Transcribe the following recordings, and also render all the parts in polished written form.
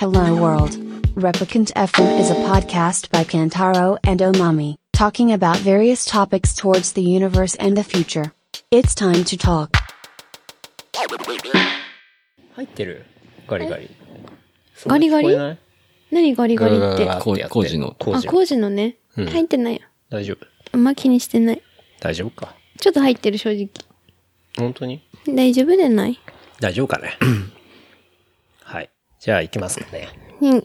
Hello World. Replicant FM is a podcast by Kantaro and Omami, talking about various topics towards the universe and the future. It's time to talk. 入ってるガリガリ。 ガリガリ聞こえない？ 何ガリガリって。 工事の。 あ、工事のね。入ってないよ。 大丈夫？ あんま気にしてない。 大丈夫か？ ちょっと入ってる正直。 本当に？ 大丈夫でない？ 大丈夫かね。はい。じゃあ行きますかね。 うん。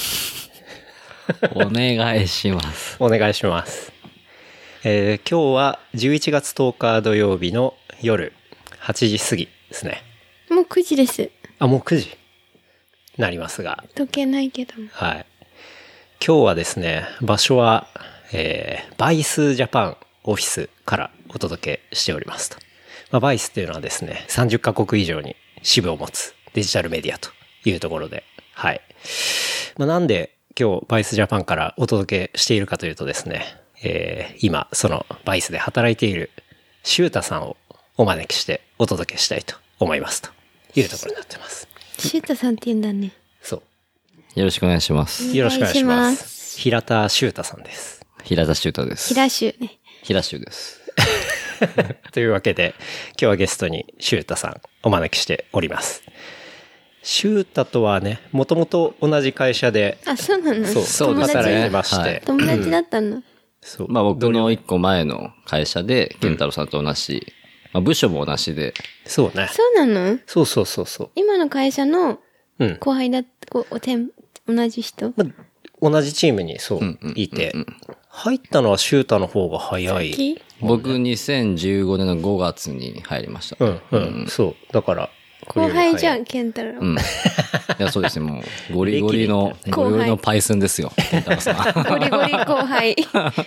お願いします。 お願いします。今日は11月10日土曜日の夜8時過ぎですね。 もう9時です。 あ、もう9時なりますが。 時計ないけども。 はい。今日はですね、場所は、バイスジャパンオフィスからお届けしておりますと。まあ、バイスっていうのはですね、30カ国以上に支部を持つデジタルメディアというところで、はい。まあ、なんで今日バイスジャパンからお届けしているかというとですね、今そのバイスで働いているシュータさんをお招きしてお届けしたいと思いますというところになってます。 シュータさんって言うんだね。 そう。 よろしくお願いします。 よろしくお願いしまお願いしす。平田シュータさんです。 平田修太です。 ヒラシュね。 平修です。 というわけで、今日はゲストにシュータさんお招きしております。シュータとはね、もともと同じ会社で、 あ、そうなの？ そうですね働いてまして、 はい友達だったの？ そうまあ僕の一個前の会社で、健太郎さんと同じ、まあ部署も同じで、 そうね。 そうなの？ そうそうそうそう。 今の会社のうん。 後輩だって、同じ人？ まあ同じチームにそういて、入ったのはシュータの方が早い。 き僕2015年の5月に入りました。 うんうん。そう。だから、 後輩じゃん。 ん、ケンタロウ。 うん。いや、そうですね、もう、ゴリゴリのパイセンですよ、健太郎さん。 ゴリゴリ後輩。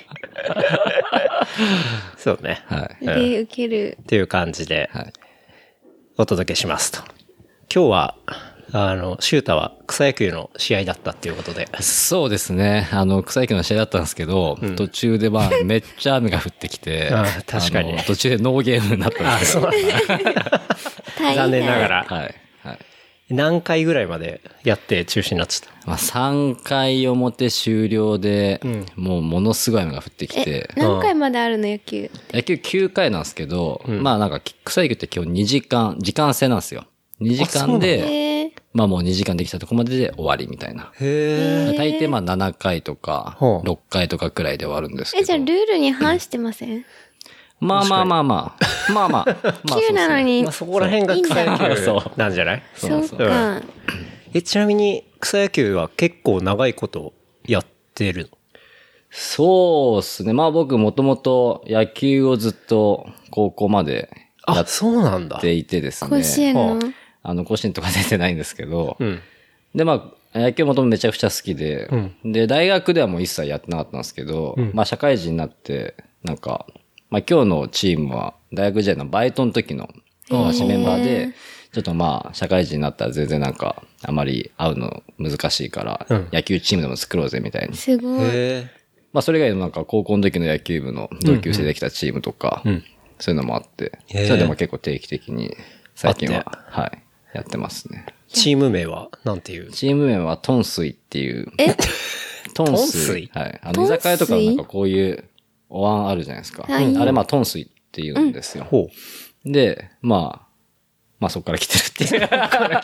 そうね。 はい。 で、受ける。 っていう感じではい。 お届けしますと。今日は、シュータは草野球の試合だったっていうことで。 そうですね。草野球の試合だったんですけど、途中でまあ、めっちゃ雨が降ってきて、 あ確かに途中でノーゲームになったんですけど。 大変。 残念ながら。 はい。はい。 何回ぐらいまでやって中止になっちゃった？ まあ、3回表終了で、もうものすごい雨が降ってきて、 何回まであるの野球？ 野球9回なんですけど、まあなんか、草野球って今日2時間、時間制なんですよ。2時間で、まあもう2時間できたとこまでで終わりみたいな。 へ大抵まあ7回とか、 ほう 6回とかくらいで終わるんですけど。 じゃあルールに反してません？ まあまあまあまあ。まあまあ。まあ 9なのに。 まあそこら辺が草野球なんじゃない？ そうか。 ちなみに草野球は結構長いことやってるの？ そうですね。まあ僕もともと野球をずっと高校までやあ、そうなんだ。 っていてですね。 甲子園の？ 甲子園とか出てないんですけど、 うん。 で、まあ、野球もともとめちゃくちゃ好きで、で、大学ではもう一切やってなかったんですけど、まあ、社会人になって、なんか、まあ、今日のチームは、大学時代のバイトの時の同じメンバーで、ちょっとまあ、社会人になったら全然なんか、あまり会うの難しいから、野球チームでも作ろうぜみたいに。 すごい。 へまあ、それ以外のなんか、高校の時の野球部の同級生できたチームとか、そういうのもあって、それでも結構定期的に、最近は、はい、やってますね。 チーム名はなんていう？ チーム名はトンスイっていう。トンスイ。はい。居酒屋とかのなんかこういうお椀あるじゃないですか。 はいあれまあトンスイって言うんですよ。 ほう。 で、まあそこから来てるっていう。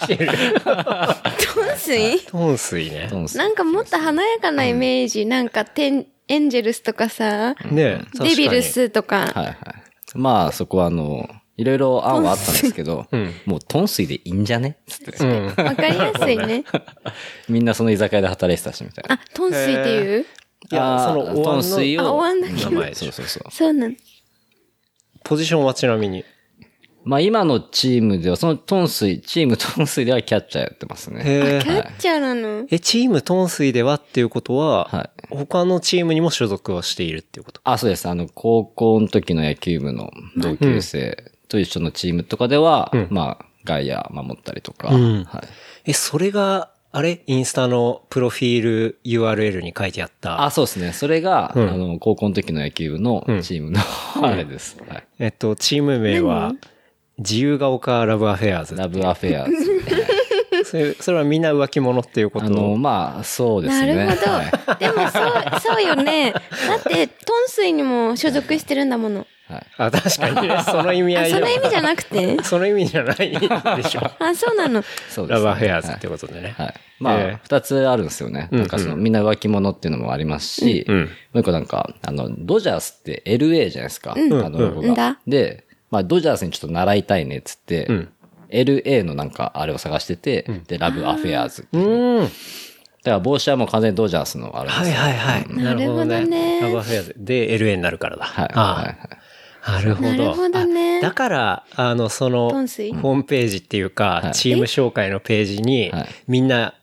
トンスイ？ トンスイね。 トンスイ。 なんかもっと華やかなイメージ。なんかエンジェルスとかさ、 ねえ、確かにデビルスとか。 はいはい。まあそこはいろいろ案はあったんですけど、もうトンスイでいいんじゃねつって。 わかりやすいね。 みんなその居酒屋で働いてたしみたいな。 あ、トンスイっていう？ いや、そのおトン椀のスイを。 お椀だけ名前。 そうそうそう。 そうなの。 ポジションはちなみに。 まあ今のチームでは、そのチームトンスイではキャッチャーやってますね。 へキャッチャーなの？ チームトンスイではっていうことは、 はい他のチームにも所属をしているっていうこと？ あ、そうです。高校の時の野球部の同級生と一緒のチームとかでは、まあ、外野守ったりとか。はい。 それが、あれインスタのプロフィール URL に書いてあった。 あ、そうですね。それが、高校の時の野球部のチームの、あれです。はい。 チーム名は、自由が丘ラブアフェアーズ。 ラブアフェアーズ。 それはみんな浮気者っていうことまあ、そうですね。 なるほど。 はいでもそうよね。だって、トンスイにも所属してるんだもの。 あ、確かにね。その意味合あ、 いその意味じゃなくてその意味じゃないでしょ。 あ、そうなの。 そうですね。 ラバーフェアーズってことでね。 はい。まあ、二つあるんですよね。なんかみんな浮気者っていうのもありますし、もう一個なんか、ドジャースって LA じゃないですか。ロゴが。で、まあ、ドジャースにちょっと習いたいねっつって、LA のなんかあれを探してて、で、ラブアフェアーズっていうね。だから帽子はもう完全にドジャースのあるんですよ。 はいはいはい。なるほどね。ラバーフェアーズで LA になるからだ。 はい。 なるほど。 なるほどね。 だから、その、ホームページっていうか、チーム紹介のページに、みんな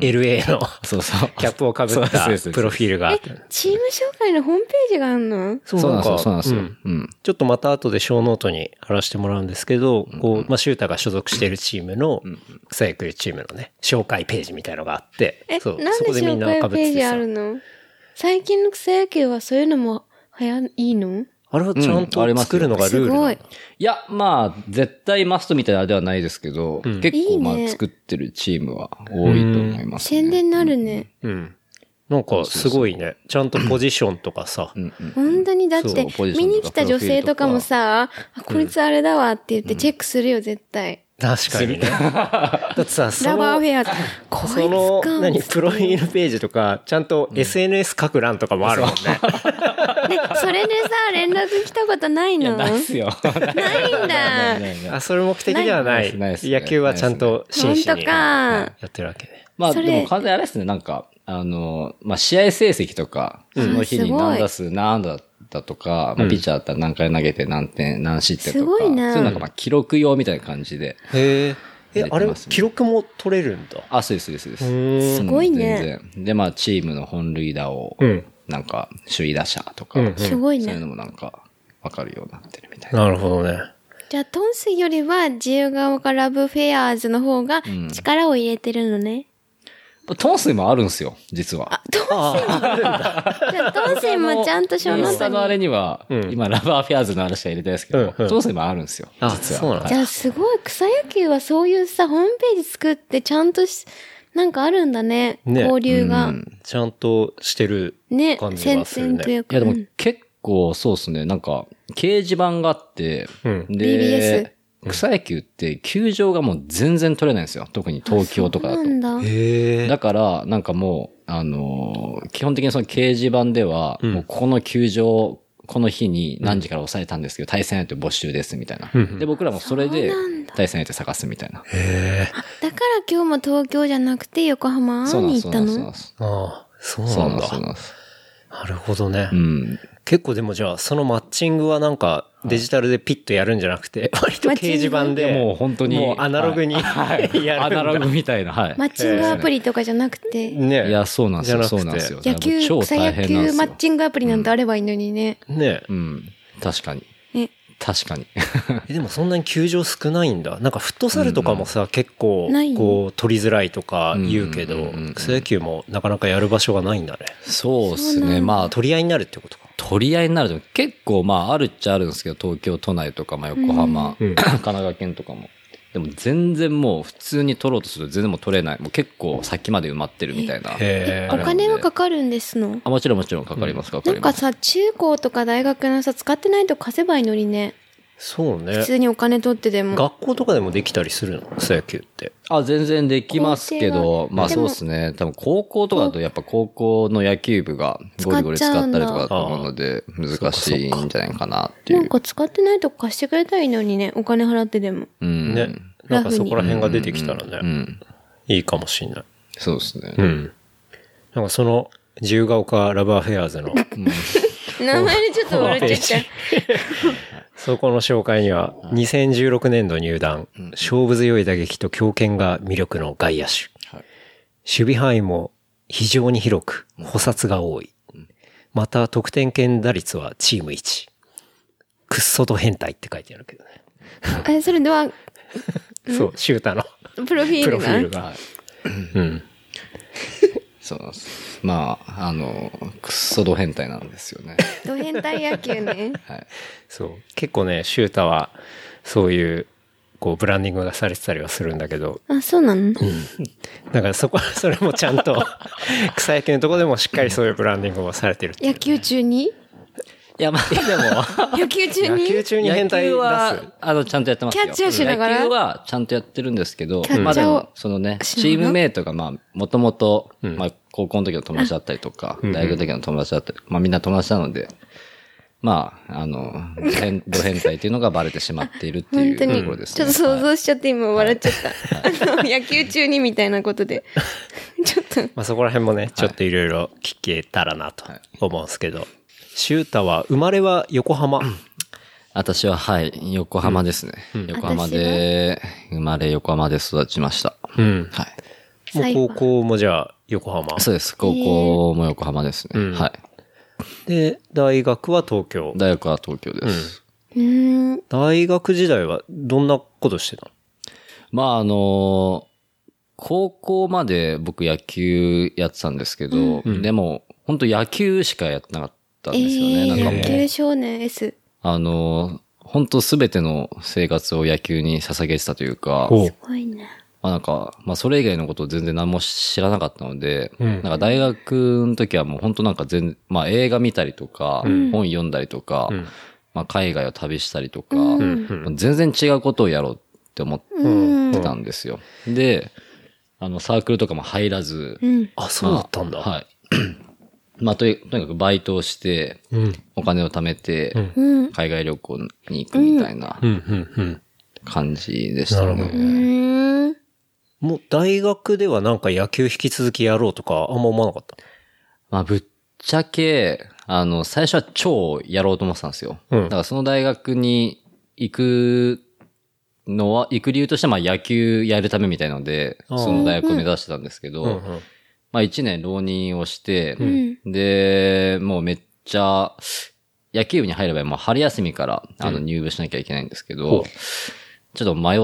LA のそうそう。 キャップをかぶったプロフィールがあって。 チーム紹介のホームページがあるの？ そうなんですよ。そうなんですよ。 ちょっとまた後で小ノートに貼らせてもらうんですけど、こう、まあ、シューターが所属しているチームの、草野球チームのね、紹介ページみたいのがあって、 なんで紹介ページあるの？最近の草野球はそういうのもいいの？ あれはちゃんと作るのがルールなの？ すごい。 いや、まあ、絶対マストみたいなあれではないですけど、結構まあ作ってるチームは多いと思いますね。 宣伝になるね。 なんかすごいね。ちゃんとポジションとかさ。 本当にだって見に来た女性とかもさ、こいつあれだわって言ってチェックするよ絶対。 確かにね。だってさ、 ラバーフェアその、プロフィールページとか、ちゃんと SNS 書く欄とかもあるもんね。 それでさ、連絡来たことないの？ ないっすよ。 ないんだ。 あ、それ目的ではない。野球はちゃんと真摯にやってるわけね。 まあ、でも完全にあれですね、なんか、まあ、試合成績とか、その日に何打数何打だとか、まあ、ピッチャーだったら何回投げて何点、何失点とか、そういうなんかまあ記録用みたいな感じで。 へえ。あれ、記録も取れるんだ。 あ、そうです、そうです。 すごいね。 全然。で、まあ、チームの本塁打を、なんか、首位打者とか、 すごいね。 そういうのもなんか、わかるようになってるみたいな。 なるほどね。 じゃあ、トンスよりは自由が丘ラブフェアーズの方が力を入れてるのね。 トンスイもあるんですよ、実は。 あ、トンスイもあるんだ。じゃあ、トンスイもちゃんと小ノートに。 インスタのあれには、今、ラバーフェアーズの話は入れたいですけど、トンスイもあるんですよ、実は。 そうなんだ。 じゃあ、すごい、草野球はそういうさ、ホームページ作ってちゃんとなんかあるんだね。交流が。 ちゃんとしてる感じがするね。 というか。 いや、でも結構そうですね、なんか、掲示板があって、 BBS。 草野球って球場がもう全然取れないんですよ。特に東京とかだと。だから、なんかもう、基本的にその掲示板では、もうこの球場、この日に何時から抑えたんですけど、対戦相手募集ですみたいな。で、僕らもそれで対戦相手探すみたいな。 だから今日も東京じゃなくて横浜に行ったの？ そうなんだ。なるほどね。結構でもじゃあ、そのマッチングはなんかデジタルでピッとやるんじゃなくて、割と掲示板で、 もう本当に、 もうアナログにやる。 アナログみたいな、はい。 マッチングアプリとかじゃなくて。 ね。 いや、そうなんですよ。そうなんですよ。 草野球マッチングアプリなんてあればいいのにね。 ね。 確かに。確かに。 でもそんなに球場少ないんだ。なんかフットサルとかもさ、結構、こう、取りづらいとか言うけど、草野球もなかなかやる場所がないんだね。 そうですね。まあ、 取り合いになるってことか。 取り合いになると結構まああるっちゃあるんですけど、東京都内とか、まあ横浜、神奈川県とかも。でも全然もう普通に取ろうとすると全然もう取れない。もう結構先まで埋まってるみたいな。 お金はかかるんですの？ もちろんかかります、かかります。 なんかさ、中高とか大学のさ、使ってないと貸せばいいのにね。 そうね。 普通にお金取ってでも。 学校とかでもできたりするの？草野球って。 全然できますけど、まあそうですね。多分高校とかだとやっぱ高校の野球部がゴリゴリ使ったりとかだと思うので、難しいんじゃないかなっていう。 なんか使ってないとこ貸してくれたらいいのにね、お金払ってでも。 ね。なんかそこら辺が出てきたらね、いいかもしんない。 そうですね。 なんかその、自由が丘ラバーフェアーズの、 名前でちょっと笑っちゃった。 そこの紹介には、2016年度入団、勝負強い打撃と強肩が魅力の外野手。守備範囲も非常に広く、捕殺が多い。また、得点圏打率はチーム1。くっそと変態って書いてあるけどね。 それでは、 そう、シュータのプロフィールが。 そうなんです。まあ、くっそド変態なんですよね。 ド変態野球ね。 はい。そう。結構ね、シュータは、そういうこうブランディングがされてたりはするんだけど。 あ、そうなの？ だからそれもちゃんと、草野球のところでもしっかりそういうブランディングをされてる。 野球中に？ いや、まあでも、 野球中に？ 野球中に変態出す。 野球は、ちゃんとやってますよ。 キャッチャーしながら野球はちゃんとやってるんですけど、 キャッチャーをまあでも、そのね、チームメイトがまあ、もともと、 んまあ、高校の時の友達だったりとか、 ん大学の時の友達だったり、まあみんな友達なので、まあ、ド変態っていうのがバレてしまっているっていう本当にところですね。 ちょっと想像しちゃって今笑っちゃった。野球中にみたいなことで。ちょっと。 まあそこら辺もね、ちょっといろいろ聞けたらなと思うんですけど。シュータは、生まれは横浜。 私は、はい、横浜ですね。横浜で、生まれ横浜で育ちました。 うん。 はい。 もう高校もじゃあ横浜。 そうです。高校も横浜ですね。はい。 で、大学は東京。 大学は東京です。 大学時代はどんなことしてたの？ まあ高校まで僕野球やってたんですけど、でも、本当野球しかやってなかったんですよね。なんかもう、 野球少年 S。 本当すべての生活を野球に捧げてたというか、 すごいね。 まあなんか、まあそれ以外のことを全然何も知らなかったので、なんか大学の時はもう本当なんかまあ映画見たりとか、本読んだりとか、まあ海外を旅したりとか、全然違うことをやろうって思ってたんですよ。で、サークルとかも入らず、 あ、そうだったんだ。 はい。まあとにかくバイトをして、お金を貯めて、海外旅行に行くみたいな感じでしたね。 もう大学ではなんか野球引き続きやろうとかあんま思わなかった？ まあぶっちゃけ、最初は超やろうと思ってたんですよ。だからその大学に行く理由としてはまあ野球やるためみたいなので、その大学を目指してたんですけど、まあ1年浪人をして、で、もうめっちゃ、野球部に入ればもう春休みから入部しなきゃいけないんですけど、ちょっと迷って、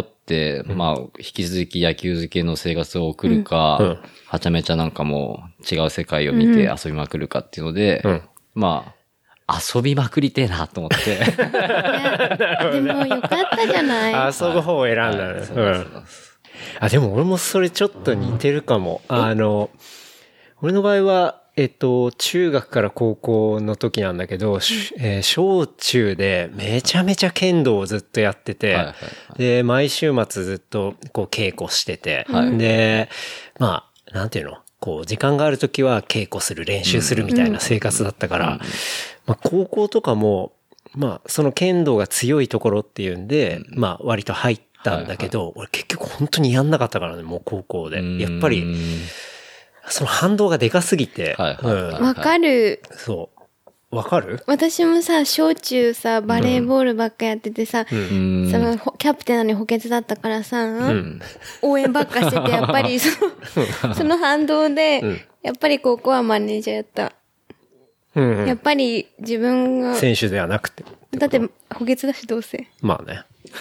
まあ、引き続き野球漬けの生活を送るか、はちゃめちゃなんかもう違う世界を見て遊びまくるかっていうので、まあ、遊びまくりてえなと思って。 でもよかったじゃない。 遊ぶ方を選んだね。あ、でも俺もそれちょっと似てるかも。俺の場合は、中学から高校の時なんだけど、小中でめちゃめちゃ剣道をずっとやってて、で、毎週末ずっとこう稽古してて、で、まあ、なんていうの？こう、時間がある時は稽古する、練習するみたいな生活だったから、まあ、高校とかも、まあ、その剣道が強いところっていうんで、まあ、割と入ったんだけど、俺結局本当にやんなかったからね、もう高校で。やっぱり、その反動がでかすぎて。 わかる。 そう。わかる？ 私もさ、小中さ、バレーボールばっかやっててさ、その、キャプテンなのに補欠だったからさ、応援ばっかしてて、やっぱりその反動で、やっぱり高校はマネージャーやった。やっぱり自分が。 選手ではなくて。 だって補欠だしどうせ。 まあね。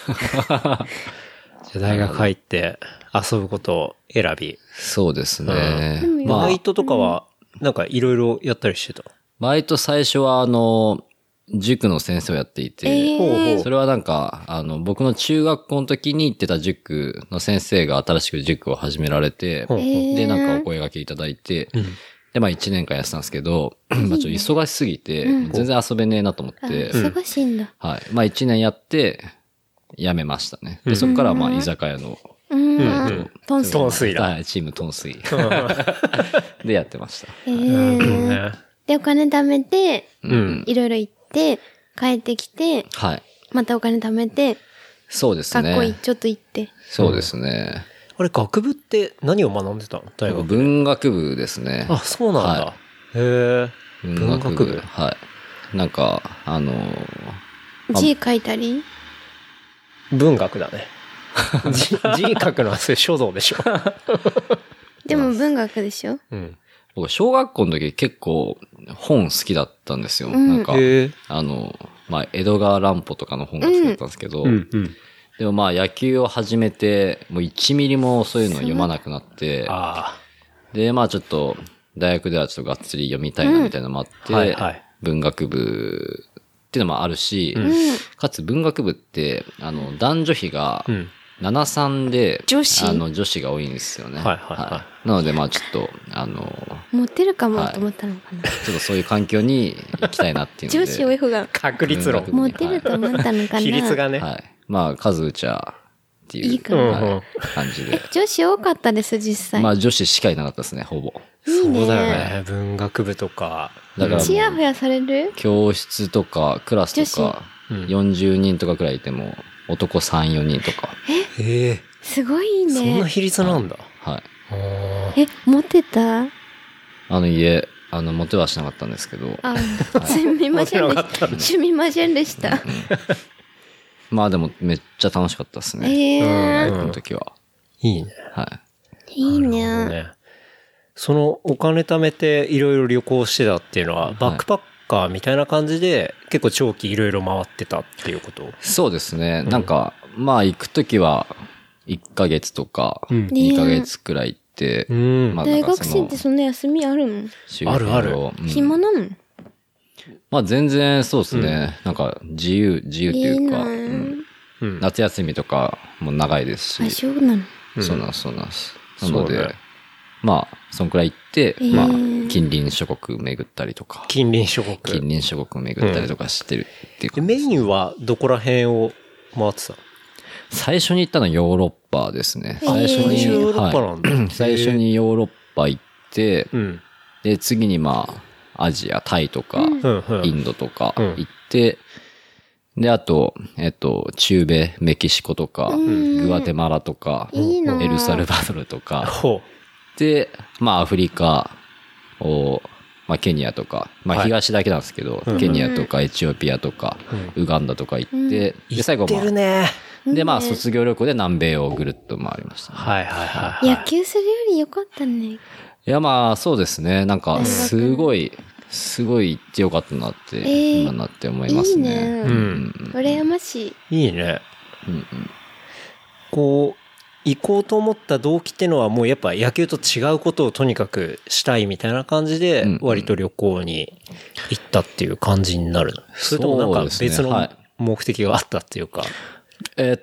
じゃあ大学入って遊ぶことを選び。 そうですね。 バイトとかは、なんかいろいろやったりしてた？ バイト最初は塾の先生をやっていて、それはなんか、僕の中学校の時に行ってた塾の先生が新しく塾を始められて、で、なんかお声掛けいただいて、で、まあ1年間やってたんですけど、まあちょっと忙しすぎて、全然遊べねえなと思って、 忙しいんだ。 はい。まあ1年やって、辞めましたね。で、そこからまあ居酒屋の、 トンスイだ。 はい、チームトンスイ。でやってました。 で、お金貯めて、いろいろ行って、帰ってきて、 はい。 またお金貯めて、 そうですね。 学校ちょっと行って。 そうですね。 あれ、学部って何を学んでたの？大学。 文学部ですね。 あ、そうなんだ。へえ。文学部。 はい。なんか、 字書いたり？ 文学だね。字書くのはそれ書道でしょ。 でも文学でしょ？ 僕、小学校の時結構本好きだったんですよ。なんか、まあ、江戸川乱歩とかの本が好きだったんですけど、でもまあ野球を始めて、もう1ミリもそういうのを読まなくなって、で、まあちょっと、大学ではちょっとがっつり読みたいなみたいなのもあって、文学部っていうのもあるし、かつ文学部って、男女比が 73で、 女子女子が多いんですよね。 はいはいはい。 なので、まあちょっと、 モテるかもと思ったのかな。 ちょっとそういう環境に行きたいなっていうので。 女子多い方が。 確率論。 モテると思ったのかな。 比率がね。 はい。まあ、数打ちゃっていう感じで。 女子多かったです、実際。 まあ女子しかいなかったですね、ほぼ。 そうだよね。文学部とか。 だからチヤホヤされる？ 教室とかクラスとか40人とかくらいいても男3、4人とか。 すごいね。 そんな比率なんだ。 はい。 モテた？ モテはしなかったんですけど。 すみませんでした。すみませんでした。 まあでもめっちゃ楽しかったですね。この時は。 いいね。 はい。 いいね。 そのお金貯めていろいろ旅行してたっていうのは、バックパッカーみたいな感じで結構長期いろいろ回ってたっていうこと？ そうですね。なんか、まあ行くときは1ヶ月とか2ヶ月くらい行って、まあ大学生ってそんな休みあるの？ あるある。 暇なの？ まあ全然そうですね。なんか自由っていうか、夏休みとかも長いですし。 そうなの？ そうなんです。なので、まあ、そんくらい行って、まあ、近隣諸国巡ったりとか。 近隣諸国巡ったりとかしてるっていう感じ。メインはどこら辺を回ってた？ 最初に行ったのはヨーロッパですね。 最初にヨーロッパなんだ。 最初にヨーロッパ行って、で、次にまあ、アジア、タイとか、インドとか行って、で、あと、中米、メキシコとか、グアテマラとか、エルサルバドルとか、で、まあアフリカを、まあケニアとか、まあ東だけなんですけど、ケニアとかエチオピアとか、ウガンダとか行って、で、最後まあ、で、まあ卒業旅行で南米をぐるっと回りました。 はいはいはい。 野球するよりよかったね。 いやまあそうですね。なんかすごい行ってよかったなって、今になって思いますね。いいね。 羨ましい。いいね。こう、行こうと思った動機ってのはもうやっぱ野球と違うことをとにかくしたいみたいな感じで割と旅行に行ったっていう感じになるの？それともなんか別の目的があったっていうか。 何？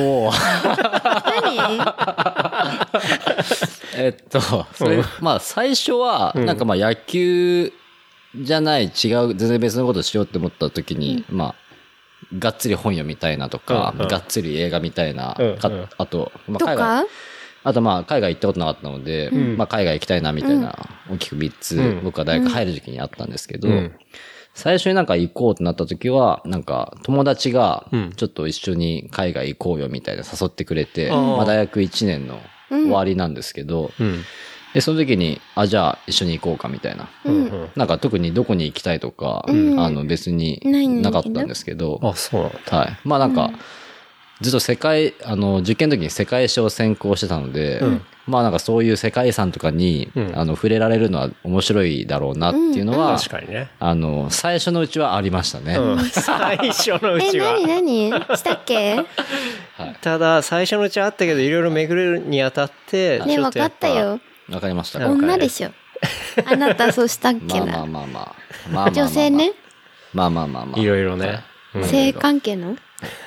それ、まあ最初はなんかまあ野球じゃない全然別のことしようって思った時に、まあがっつり本読みたいなとか、がっつり映画見たいな、あと、まあ海外行ったことなかったので、まあ海外行きたいなみたいな、大きく3つ、僕は大学入る時期にあったんですけど、最初になんか行こうってなった時は、なんか友達が、ちょっと一緒に海外行こうよみたいな誘ってくれて、まあ大学1年の終わりなんですけど、で、その時に、じゃあ一緒に行こうかみたいな。なんか特にどこに行きたいとか、別になかったんですけど。 そうなんだ。 はい。まあなんか、ずっと受験の時に世界史を専攻してたので、まあなんかそういう世界遺産とかに、触れられるのは面白いだろうなっていうのは、 確かにね。 最初のうちはありましたね。 最初のうちは。 何したっけ？ ただ、最初のうちはあったけど、いろいろ巡るにあたって、 ね、分かったよ。 わかりました。 女でしょ。あなたそうしたっけな。 まあ。 女性ね。 まあ。 いろいろね。 性関係の？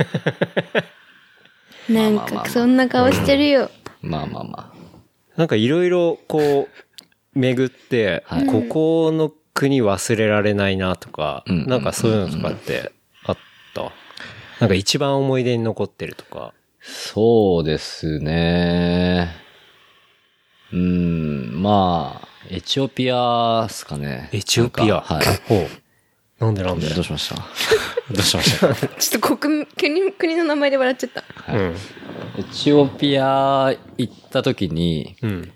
なんかそんな顔してるよ。 まあ。 なんかいろいろこう巡って、ここの国忘れられないなとか、なんかそういうのとかってあった？なんか一番思い出に残ってるとか。 そうですね。まあ、エチオピアっすかね。 エチオピア。 はい。 なんでどうしましたちょっと国の名前で笑っちゃった。 エチオピア行った時に、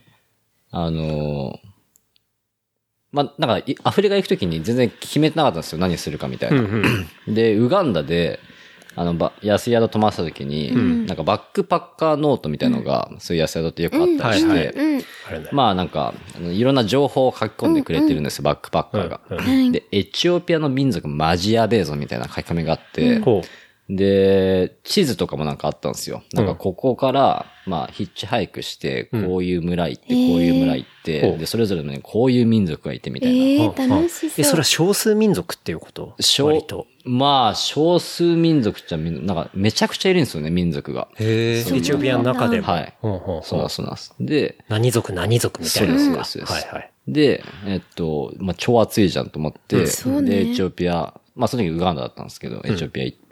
まあ、なんか、アフリカ行く時に全然決めてなかったんですよ。何するかみたいな。で、ウガンダで、安宿泊まった時に、なんかバックパッカーノートみたいなのが、そういう安宿ってよくあったりして、まあなんか、いろんな情報を書き込んでくれてるんですよ、バックパッカーが。で、エチオピアの民族マジやべえぞみたいな書き込みがあって、 で、地図とかもなんかあったんですよ。なんかここから、まあ、ヒッチハイクして、こういう村行って、こういう村行って、で、それぞれのね、こういう民族がいてみたいな。 楽しそう。 それは少数民族っていうこと割と。 まあ、少数民族っちゃ、なんか、めちゃくちゃいるんですよね、民族が。 エチオピアの中でも。 はい。そうなんです。で、 何族みたいな。 そうです。 はいはい。 で、まあ、超暑いじゃんと思って、で、エチオピア、まあ、その時ウガンダだったんですけど、エチオピア行って、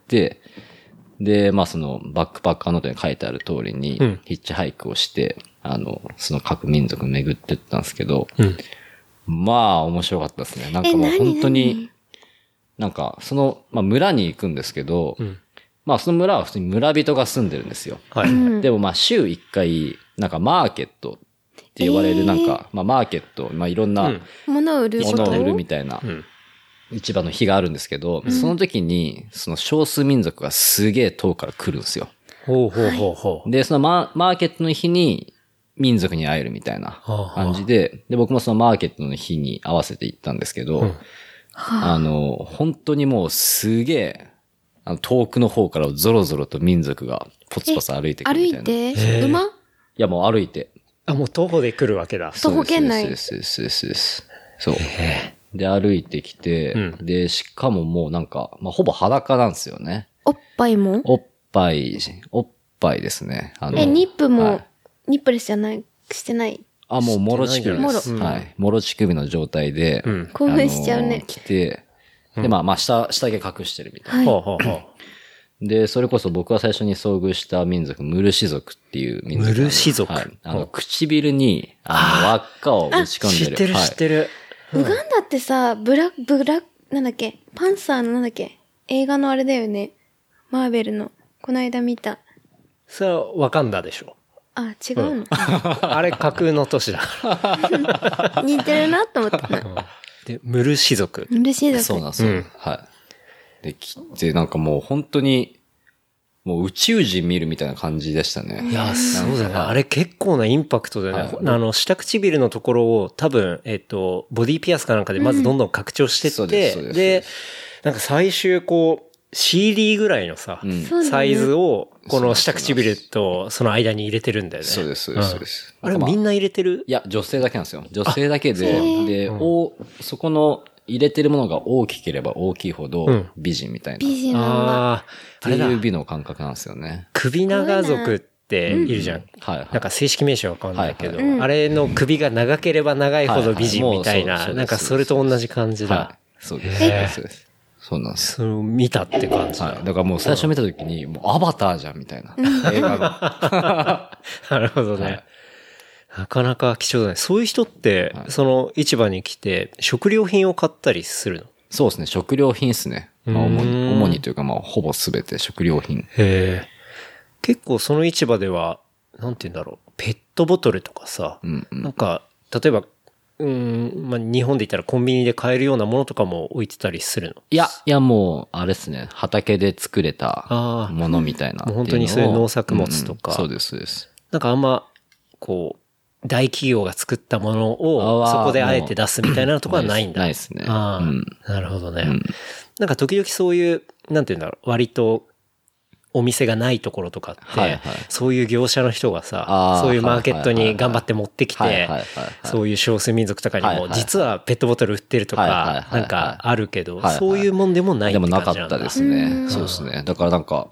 で、まあ、その、バックパッカーノートに書いてある通りに、ヒッチハイクをして、その各民族巡ってったんですけど、まあ、面白かったですね。なんかもう本当に、なんか、その、まあ、村に行くんですけど、まあ、その村は普通に村人が住んでるんですよ。はい。でもまあ、週1回、なんかマーケットって呼ばれる、なんか、まあ、マーケット、まあ、いろんな、 物を売るみたいな、市場の日があるんですけど、その時に、その少数民族がすげえ遠くから来るんですよ。で、そのマーケットの日に、民族に会えるみたいな感じで、で、僕もそのマーケットの日に合わせて行ったんですけど、本当にもうすげえ、遠くの方からゾロゾロと民族がポツポツ歩いてくるみたいな。 歩いて馬？ いやもう歩いて。 もう徒歩で来るわけだ。 徒歩圏内。 そう。で、歩いてきて、で、しかももうなんか、まあ、ほぼ裸なんですよね。 おっぱいも？ おっぱいですね。 ニップも、ニップレスじゃない、してない。 もうもろ乳首です。はい。もろ乳首の状態で、 興奮しちゃうね。 来て、で、まあ、下着隠してるみたいな。で、それこそ僕は最初に遭遇した民族、ムルシ族っていう民族。 ムルシ族？ はい。唇に、輪っかを打ち込んでる。 知ってる。 ウガンダってさ、なんだっけ、パンサーのなんだっけ、映画のあれだよね。マーベルの。この間見た。 それはワカンダでしょ。 違うの、 あれ架空の都市だ。 似てるなと思ったな。 で、ムルシ族。 そうなんですよ。はい。で、来て、なんかもう本当に、もう宇宙人見るみたいな感じでしたね。 いや、そうだね。あれ結構なインパクトでね。下唇のところを多分、ボディピアスかなんかでまずどんどん拡張してって、で、なんか最終こう、CD ぐらいのさ、サイズを、この下唇とその間に入れてるんだよね。 そうです。 あれみんな入れてる？ いや、女性だけなんですよ。女性だけで、そこの入れてるものが大きければ大きいほど美人みたいな。 美人なんだ。 っていう美の感覚なんですよね。 首長族っているじゃん。なんか正式名称わかんないけど、あれの首が長ければ長いほど美人みたいな、なんかそれと同じ感じだ。 そうです。そうなんです。 それを見たって感じだ。 だからもう最初見たときに、もうアバターじゃんみたいな。映画が。なるほどね。なかなか貴重だね。そういう人って、その市場に来て食料品を買ったりするの？ そうですね。食料品ですね。まあ、主にというか、まあ、ほぼすべて食料品。 へえ。結構その市場では、なんて言うんだろう。ペットボトルとかさ、なんか、例えば、まあ、日本で言ったらコンビニで買えるようなものとかも置いてたりするの？ いや、もう、あれですね。畑で作れたものみたいなもう本当にそういう農作物とか。 そうです。 なんかあんま、こう、大企業が作ったものをそこであえて出すみたいなところはないんだ。 ないですね。 なるほどね。なんか時々そういう、なんて言うんだろう、割とお店がないところとかって、そういう業者の人がさ、そういうマーケットに頑張って持ってきて、そういう少数民族とかにも、実はペットボトル売ってるとか、なんかあるけど、そういうもんでもないって感じなんだ。 でもなかったですね。そうですね。だからなんか、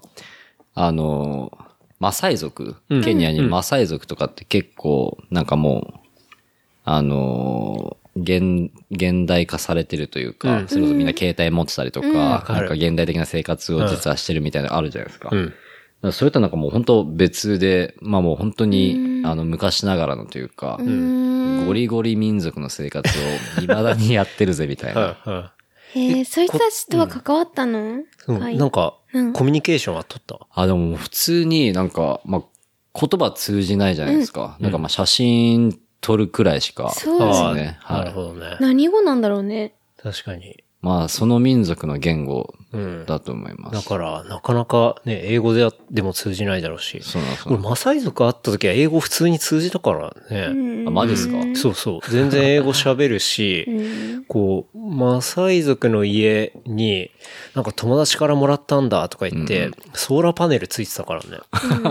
マサイ族、ケニアにマサイ族とかって結構、なんかもう、現代化されてるというか、それこそみんな携帯持ってたりとか、なんか現代的な生活を実はしてるみたいなのあるじゃないですか。それとなんかもう本当別で、まあもう本当に、昔ながらのというか、ゴリゴリ民族の生活を未だにやってるぜみたいな。 そういう人たちとは関わったの？ なんか、コミュニケーションは取った？ でも普通になんか、まあ、言葉通じないじゃないですか。なんかまあ写真撮るくらいしか。 そうですね。なるほどね。 何語なんだろうね。 確かに。 まあ、その民族の言語だと思います。 だから、なかなかね、英語でも通じないだろうし。 そうなんです俺、マサイ族会った時は英語普通に通じたからね。 あ、マジですか？ そうそう。全然英語喋るし、こう、マサイ族の家に、なんか友達からもらったんだとか言って、ソーラーパネルついてたからね。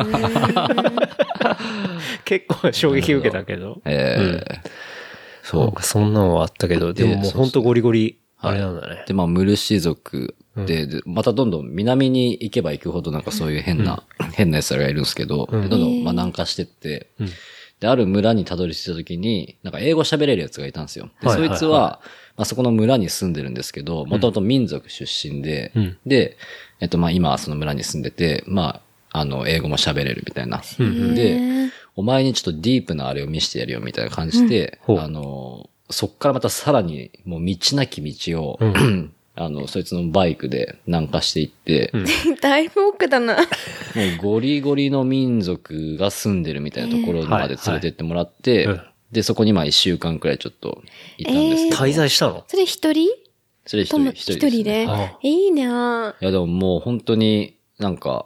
結構衝撃受けたけど。 そう。 そんなのはあったけど、でももうほんとゴリゴリ、あれなんだね。 で、まあ、ムルシ族で、またどんどん南に行けば行くほどなんかそういう変な奴らがいるんですけど、どんどんまあ南下してって、で、ある村にたどり着いた時に、なんか英語喋れる奴がいたんですよ。で、そいつは、まあそこの村に住んでるんですけど、もともと民族出身で、で、まあ今はその村に住んでて、まあ、英語も喋れるみたいな。で、お前にちょっとディープなあれを見せてやるよみたいな感じで、そっからまたさらにもう道なき道を、そいつのバイクで南下していって、 だいぶ奥だな。もうゴリゴリの民族が住んでるみたいなところまで連れてってもらって、で、そこにまあ1週間くらいちょっといたんですけど。 滞在したの？ それ一人？ それ一人ですね。 一人で。いいね。いやでももう本当になんか、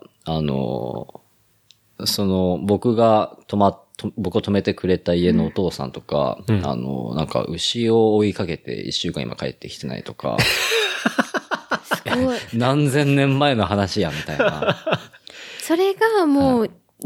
僕を止めてくれた家のお父さんとか、なんか牛を追いかけて1週間今帰ってきてないとか、 すごい。 何千年前の話やみたいな。 それがもう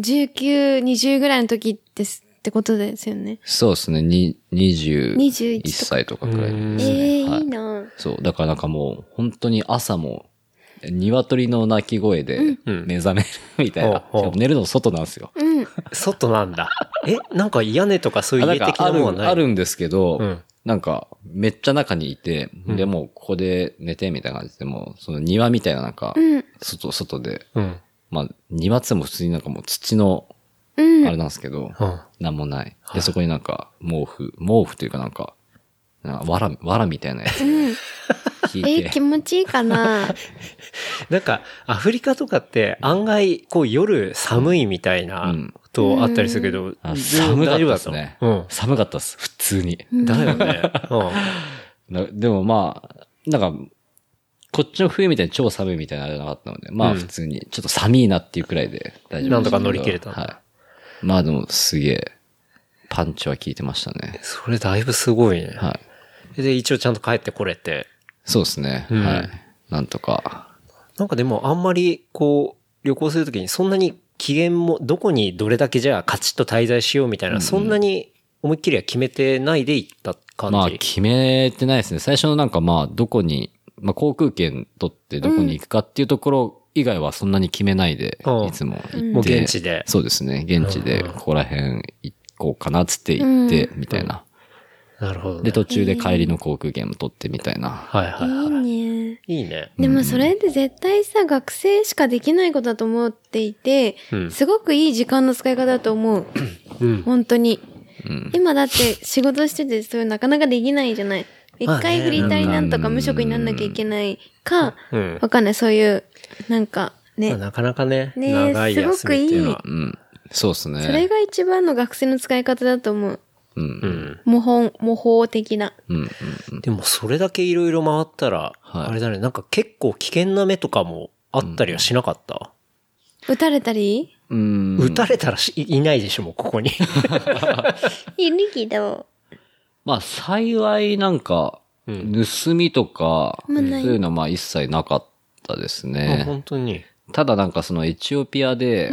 19、20ぐらいの時ってことですよね。 そうですね。21歳とかくらいですね。 いいな。 そう。だからなんかもう本当に朝も鶏の鳴き声で目覚めるみたいな。寝るの外なんですよ。 外なんだ。なんか屋根とかそういう家的なものはない？ あるんですけど、なんかめっちゃ中にいて、でもうここで寝てみたいな感じで、もうその庭みたいななんか、外で、まあ庭っても普通になんかもう土の、あれなんですけど、なんもない。で、そこになんか毛布というかなんか、わらみたいなやつ。 気持ちいいかな。 なんか、アフリカとかって案外、こう夜寒いみたいなことあったりするけど、 寒かったですね。寒かったです、普通に。 だよね。 でもまあ、なんか、こっちの冬みたいに超寒いみたいなあれなかったので、まあ普通に、ちょっと寒いなっていうくらいで大丈夫でした。 なんとか乗り切れた。 はい。まあでもすげえ、パンチは効いてましたね。 それだいぶすごいね。 はい。 で、一応ちゃんと帰ってこれて。 そうですね。はい。なんとか。 なんかでもあんまりこう、旅行するときにそんなに期限も、どこにどれだけじゃあカチッと滞在しようみたいな、そんなに思いっきりは決めてないで行った感じ？ まあ決めてないですね。最初のなんかまあどこに、まあ航空券取ってどこに行くかっていうところ以外はそんなに決めないで、いつも行って。 もう現地で。 そうですね。現地でここら辺行こうかなっつって行って、みたいな。 なるほど、ね。 で、途中で帰りの航空券も取ってみたいな。 はいはいはい。 いいね。 いいね。 でもそれって絶対さ、学生しかできないことだと思っていて、すごくいい時間の使い方だと思う。本当に。今だって仕事しててそういうなかなかできないじゃない。一回フリーターになんとか無職になんなきゃいけないか、わかんない、そういう、なんかね。 なかなかね、長い休みっていうのは。 すごくいい。 そうですね。 それが一番の学生の使い方だと思う。模倣的な。 でもそれだけいろいろ回ったら、あれだね、なんか結構危険な目とかもあったりはしなかった？ 撃たれたり？ 撃たれたらいないでしょ、もうここに。 いるけど。 まあ幸いなんか、盗みとか、そういうのはまあ一切なかったですね。 本当に。 ただなんかそのエチオピアで、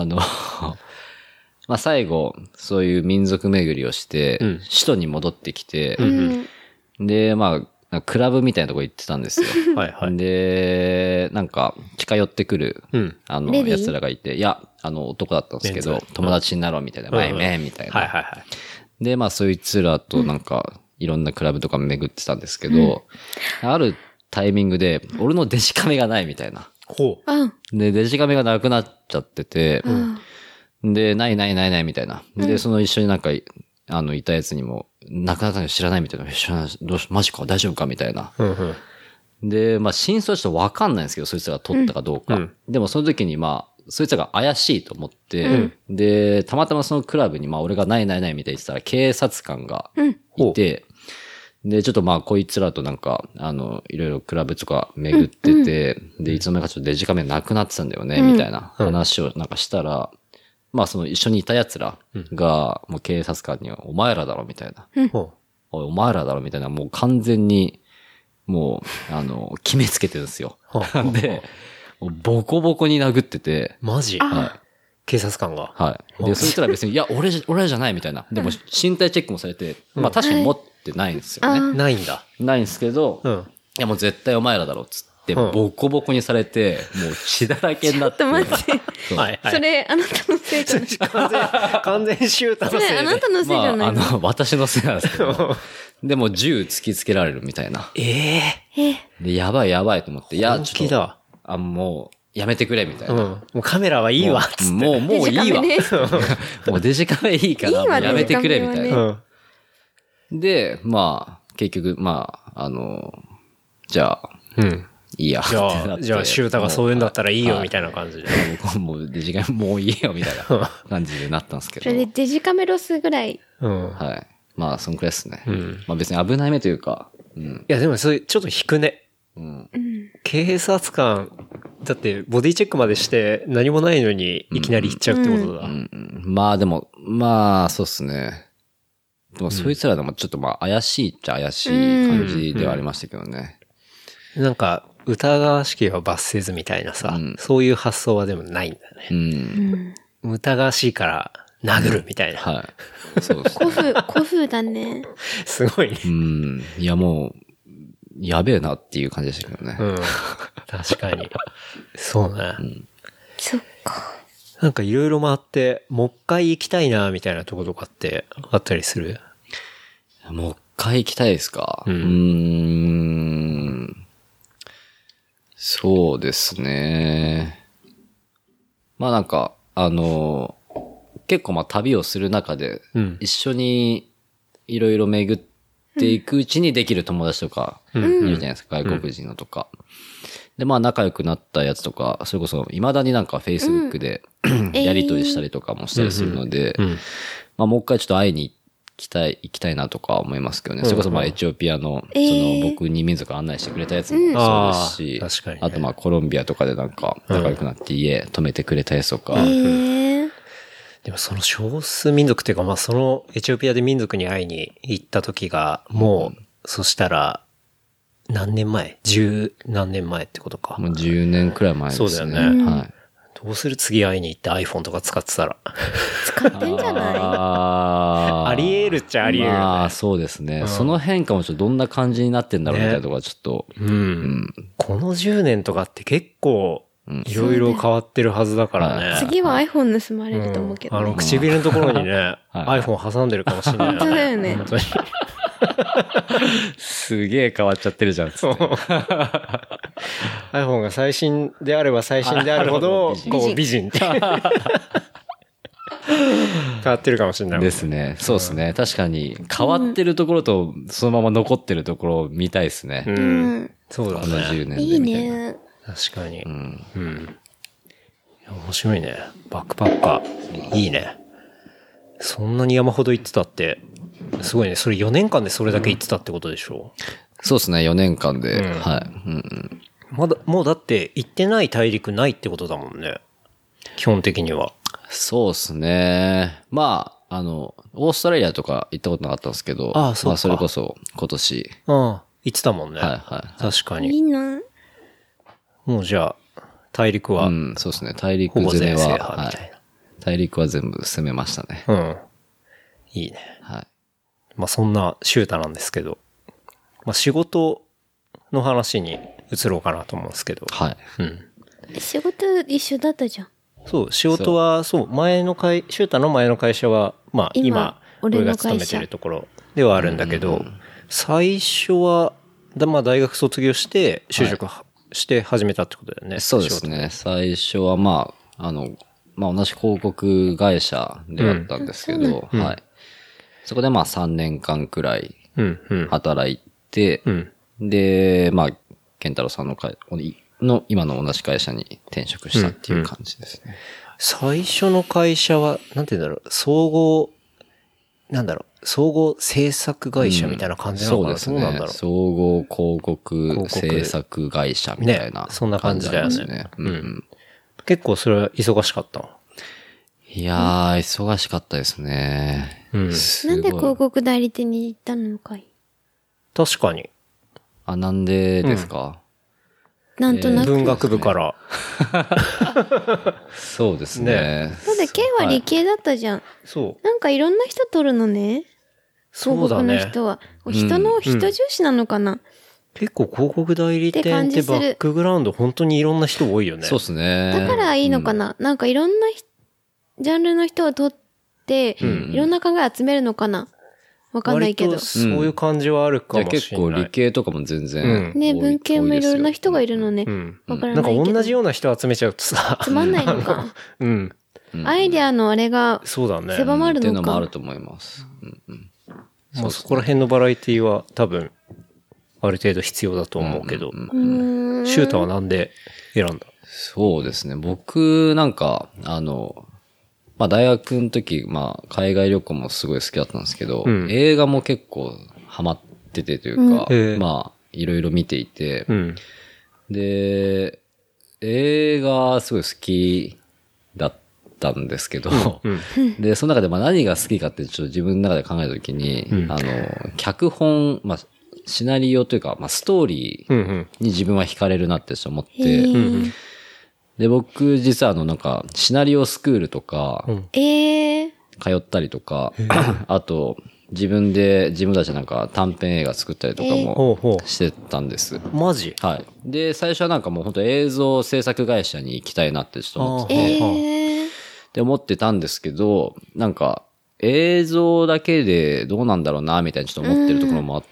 まあ最後、そういう民族巡りをして、首都に戻ってきて、で、まあ、クラブみたいなとこ行ってたんですよ。 はいはい。 で、なんか、近寄ってくる、奴らがいて、いや、男だったんですけど、友達になろうみたいな、バイメンみたいな。 はいはいはい。 で、まあ、そいつらとなんか、いろんなクラブとか巡ってたんですけど、あるタイミングで、俺のデジカメがないみたいな。で、デジカメがなくなっちゃってて、で、ないみたいな。で、その一緒になんか、いたやつにも、なくなったの知らないみたいな。知らない、マジか大丈夫かみたいな。で、まあ、真相はちょっとわかんないんですけど、そいつらが撮ったかどうか。でも、その時にまあ、そいつらが怪しいと思って、で、たまたまそのクラブに、まあ、俺がないみたいに言ってたら、警察官がいて、 で、ちょっとまあ、こいつらとなんか、いろいろクラブとか巡ってて、で、いつの間にかちょっとデジカメなくなってたんだよね、みたいな話をなんかしたら、まあ、その一緒にいた奴らが、もう警察官には、お前らだろ、みたいな。おい、お前らだろ、みたいな、もう完全に、もう、決めつけてるんですよ。で、もうボコボコに殴ってて。 マジ？はい。警察官が。 はい。で、そいつら別に、いや、俺らじゃないみたいな。でも、身体チェックもされて、まあ確かに持ってないんですよね。 ないんだ。 ないんですけど、いやもう絶対お前らだろ、つって、ボコボコにされて、もう血だらけになって。 ちょっと待って。はい。それ、あなたのせいじゃない。 完全シューターのせいで。 あなたのせいじゃない。 私のせいなんですけど。でも銃突きつけられるみたいな。で、やばいと思って、いや、ちょっと、もう、やめてくれ、みたいな。 もうカメラはいいわ、つって。 もういいわ。もうデジカメいいから、やめてくれ、みたいな。で、まあ、結局、まあ、じゃあ、いいや。 じゃあ、シュータがそういうんだったらいいよ、みたいな感じで。 もうデジカメもういいよ、みたいな感じでなったんですけど。 それでデジカメロスぐらい。 はい。まあ、そんくらいですね。まあ別に危ない目というか。 いや、でもそれ、ちょっと引くね。警察官、だってボディチェックまでして何もないのにいきなり行っちゃうってことだ。 まあでも、まあそうっすね。でもそいつらでもちょっとまあ怪しいっちゃ怪しい感じではありましたけどね。 なんか疑わしきは罰せずみたいなさ、そういう発想はでもないんだね。疑わしいから殴るみたいな。 はい。そうです。 古風だね。 すごいね。 いやもう、やべえなっていう感じでしたけどね。 確かに。そうね。 そっか。 なんかいろいろ回って、もう一回行きたいな、みたいなとことかってあったりする？ もう一回行きたいですか？そうですね。まあなんか、結構まあ旅をする中で、一緒にいろいろ巡っていくうちにできる友達とかいるじゃないですか、外国人のとか。で、まあ仲良くなったやつとか、それこそ未だになんか Facebook でやりとりしたりとかもしたりするので、まあもう一回ちょっと会いに行きたいなとか思いますけどね。それこそまあエチオピアの、僕に民族案内してくれたやつもそうですし、あとまあコロンビアとかでなんか仲良くなって家泊めてくれたやつとか。 でもその少数民族っていうかまあそのエチオピアで民族に会いに行った時がもう、そしたら何年前？10何年前ってことか。 もう10年くらい前ですね。 そうだよね。 はい。 どうする？次会いに行って iPhone とか使ってたら。 使ってんじゃない？ あり得るっちゃあり得る、ね。 まあそうですね。その変化もちょっとどんな感じになってんだろうみたいなところはちょっと。 この10年とかって結構、いろいろ変わってるはずだからね。 次は iPhone 盗まれると思うけど、ね。 唇のところにね、iPhone 挟んでるかもしれない。 本当だよね。 本当に。 すげえ変わっちゃってるじゃん。 iPhone が最新であれば最新であるほど、こう美人って。変わってるかもしれない。 ですね。そうですね。確かに変わってるところとそのまま残ってるところを見たいですね。 そうだね。 この10年で。 いいね。 確かに。面白いね。バックパッカー。いいね。そんなに山ほど行ってたって、すごいね。それ4年間でそれだけ行ってたってことでしょ？ そうですね。4年間で。はい。 もうだって行ってない大陸ないってことだもんね。基本的には。 そうですね。まあ、オーストラリアとか行ったことなかったんですけど、 まあそれこそ今年。 行ってたもんね。確かに。 いいな。 もうじゃあ、大陸は。 そうですね。大陸攻めは、大陸は全部攻めましたね。 いいね。 はい。 まあそんなシュータなんですけど、まあ仕事の話に移ろうかなと思うんですけど。 はい。 仕事一緒だったじゃん。 そう、仕事は、そう、シュータの前の会社は、まあ今俺が勤めてるところではあるんだけど、最初は、まあ大学卒業して就職して始めたってことだよね。 そうですね。最初はまあ、まあ同じ広告会社であったんですけど、はい。そこでまあ3年間くらい働いて、で、まあ、健太郎さんの今の同じ会社に転職したっていう感じですね。 最初の会社は、なんて言うんだろう、総合、なんだろ総合制作会社みたいな感じなのかな、 そうですね。総合広告制作会社みたいな、 ね。そんな感じだよね。結構それは忙しかったの？ いやー、忙しかったですね。 なんで広告代理店に行ったのかい？ 確かに。 なんでですか？ なんとなく。 文学部から。 そうですね。 だって K は理系だったじゃん。 そう。 なんかいろんな人取るのね。 そうだね。 広告の人は。人重視なのかな？ 結構広告代理店ってバックグラウンド本当にいろんな人多いよね。 そうですね。 だからいいのかな？なんかいろんなジャンルの人を取って、いろんな考え集めるのかな？わかんないけど。 そういう感じはあるかもしれない。 結構理系とかも全然。 ね、文系もいろいろな人がいるのね。わからないけど。 なんか同じような人集めちゃうとさ。 つまんないのか。アイデアのあれが、 そうだね。 狭まるのか。 っていうのもあると思います。 まあそこら辺のバラエティは多分、ある程度必要だと思うけど。シュータはなんで選んだ？ そうですね。僕、なんか、まあ大学の時、まあ海外旅行もすごい好きだったんですけど、映画も結構ハマっててというか、まあいろいろ見ていて、で、映画すごい好きだったんですけど、で、その中でまあ何が好きかってちょっと自分の中で考えた時に、脚本、まあシナリオというか、まあストーリーに自分は惹かれるなって思って、で、僕、実はなんか、シナリオスクールとか、通ったりとか、あと、自分たちなんか短編映画作ったりとかもしてたんです。 マジ？ はい。で、最初はなんかもう本当映像制作会社に行きたいなってちょっと思ってて、で思ってたんですけど、なんか、映像だけでどうなんだろうな、みたいにちょっと思ってるところもあって、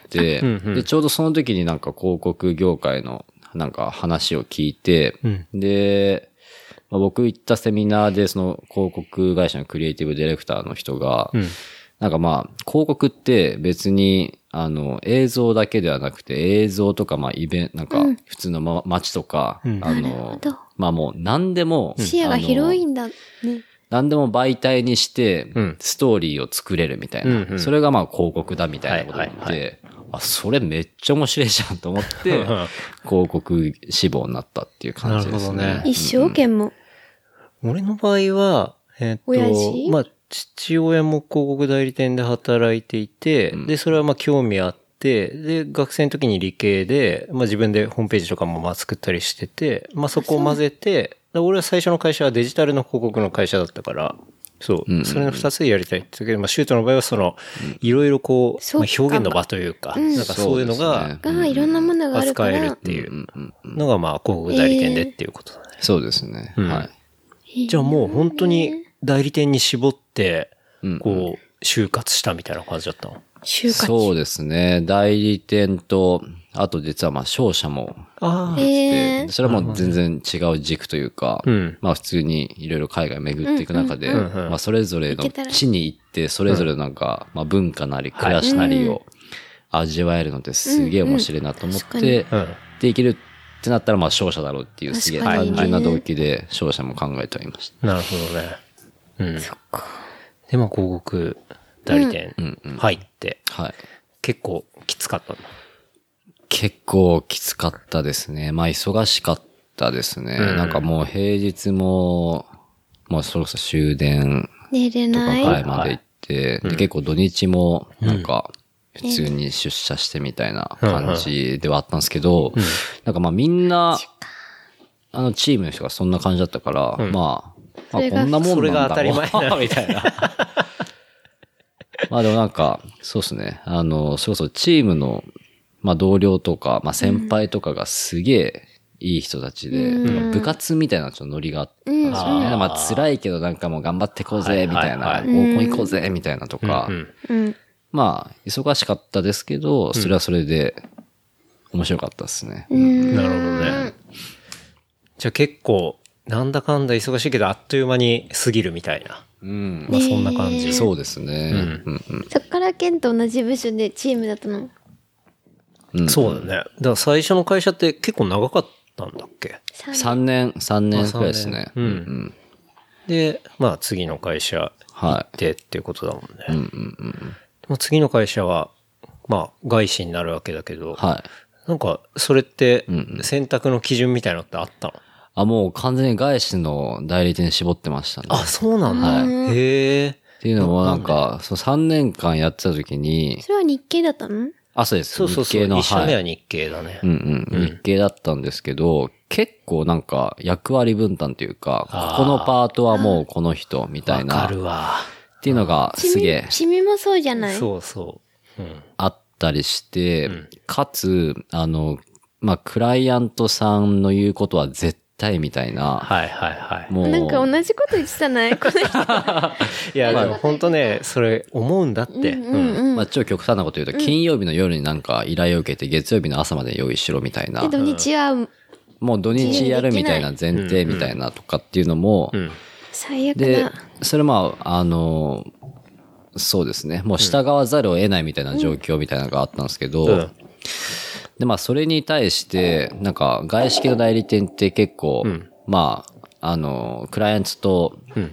で、ちょうどその時になんか広告業界のなんか話を聞いて、で、まあ、僕行ったセミナーでその広告会社のクリエイティブディレクターの人が、なんかまあ、広告って別に、映像だけではなくて、映像とかまあなんか普通の街とか、まあもう何でも、 視野が広いんだね。 何でも媒体にして、ストーリーを作れるみたいな。それがまあ広告だみたいなこと言って、それめっちゃ面白いじゃんと思って、広告志望になったっていう感じですね。 なるほどね。 一生懸命。 俺の場合は、まあ、父親も広告代理店で働いていて、で、それはまあ興味あって、で、学生の時に理系で、まあ自分でホームページとかもまあ作ったりしてて、まあそこを混ぜて、俺は最初の会社はデジタルの広告の会社だったから、そう。それの二つでやりたいって言ったけど、まあ、シュートの場合はいろいろこう、まあ、表現の場というか、なんかそういうのが、 いろんなものがあるから。 扱えるっていうのが、まあ、広告代理店でっていうことだね。 そうですね。はい。 じゃあもう本当に代理店に絞って、こう、就活したみたいな感じだったの？ 就活。 そうですね。代理店と、あと実はまあ商社もそれはもう全然違う軸というか、まあ普通にいろいろ海外巡っていく中で、まあそれぞれの地に行って、それぞれなんか、まあ文化なり暮らしなりを味わえるのですげえ面白いなと思って、でいけるってなったらまあ商社だろうっていうすげえ単純な動機で商社も考えておりました。 なるほどね。そっか。でまあ広告代理店入って、結構きつかったんだ。 結構きつかったですね。まあ忙しかったですね。なんかもう平日も、まあそろそろ終電とかぐらいまで行って、で結構土日もなんか普通に出社してみたいな感じではあったんですけど、なんかまあみんな、チームの人がそんな感じだったから、まあこんなもんなんだろうそれが当たり前だみたいな。まあでもなんか、そうですね。それこそチームの、まあ同僚とか、まあ先輩とかがすげえいい人たちで、部活みたいなちょっとノリがあったんですよね。まあ辛いけどなんかもう頑張っていこうぜ、みたいな、合コン行こうぜ、みたいなとか、まあ忙しかったですけど、それはそれで面白かったですね。 なるほどね。じゃあ結構、なんだかんだ忙しいけどあっという間に過ぎるみたいな。まあそんな感じ。 そうですね。 そっからケンと同じ部署でチームだったの？ そうだね。だから最初の会社って結構長かったんだっけ ？3年くらいですね。 で、まあ次の会社行ってっていうことだもんね。 まあ、次の会社は、まあ、外資になるわけだけど、 はい。 なんか、それって、選択の基準みたいなのってあったの？ もう完全に外資の代理店に絞ってましたね。 あ、そうなんだ。はい、へえ。 っていうのもなんか、そう3年間やってた時に。 それは日系だったの？ そうです。 そう。 日系の。 1社目は日系だね。 日系だったんですけど、結構なんか役割分担というか、このパートはもうこの人みたいな。 わかるわ。 っていうのがすげえ。 チミもそうじゃない？ そうそう。 あったりして、かつ、まあ、クライアントさんの言うことは絶対みたいな。 はいはいはい。 もう。なんか同じこと言ってたないこの人。 いや、でも本当ね、それ思うんだって。 まあ、超極端なこと言うと、金曜日の夜になんか依頼を受けて、月曜日の朝まで用意しろみたいな。 で、土日は、 もう土日やるみたいな前提みたいなとかっていうのも、 最悪だ。 で、それまあ、そうですね。もう従わざるを得ないみたいな状況みたいなのがあったんですけど、で、まあ、それに対して、なんか、外資系の代理店って結構、まあ、クライアントと、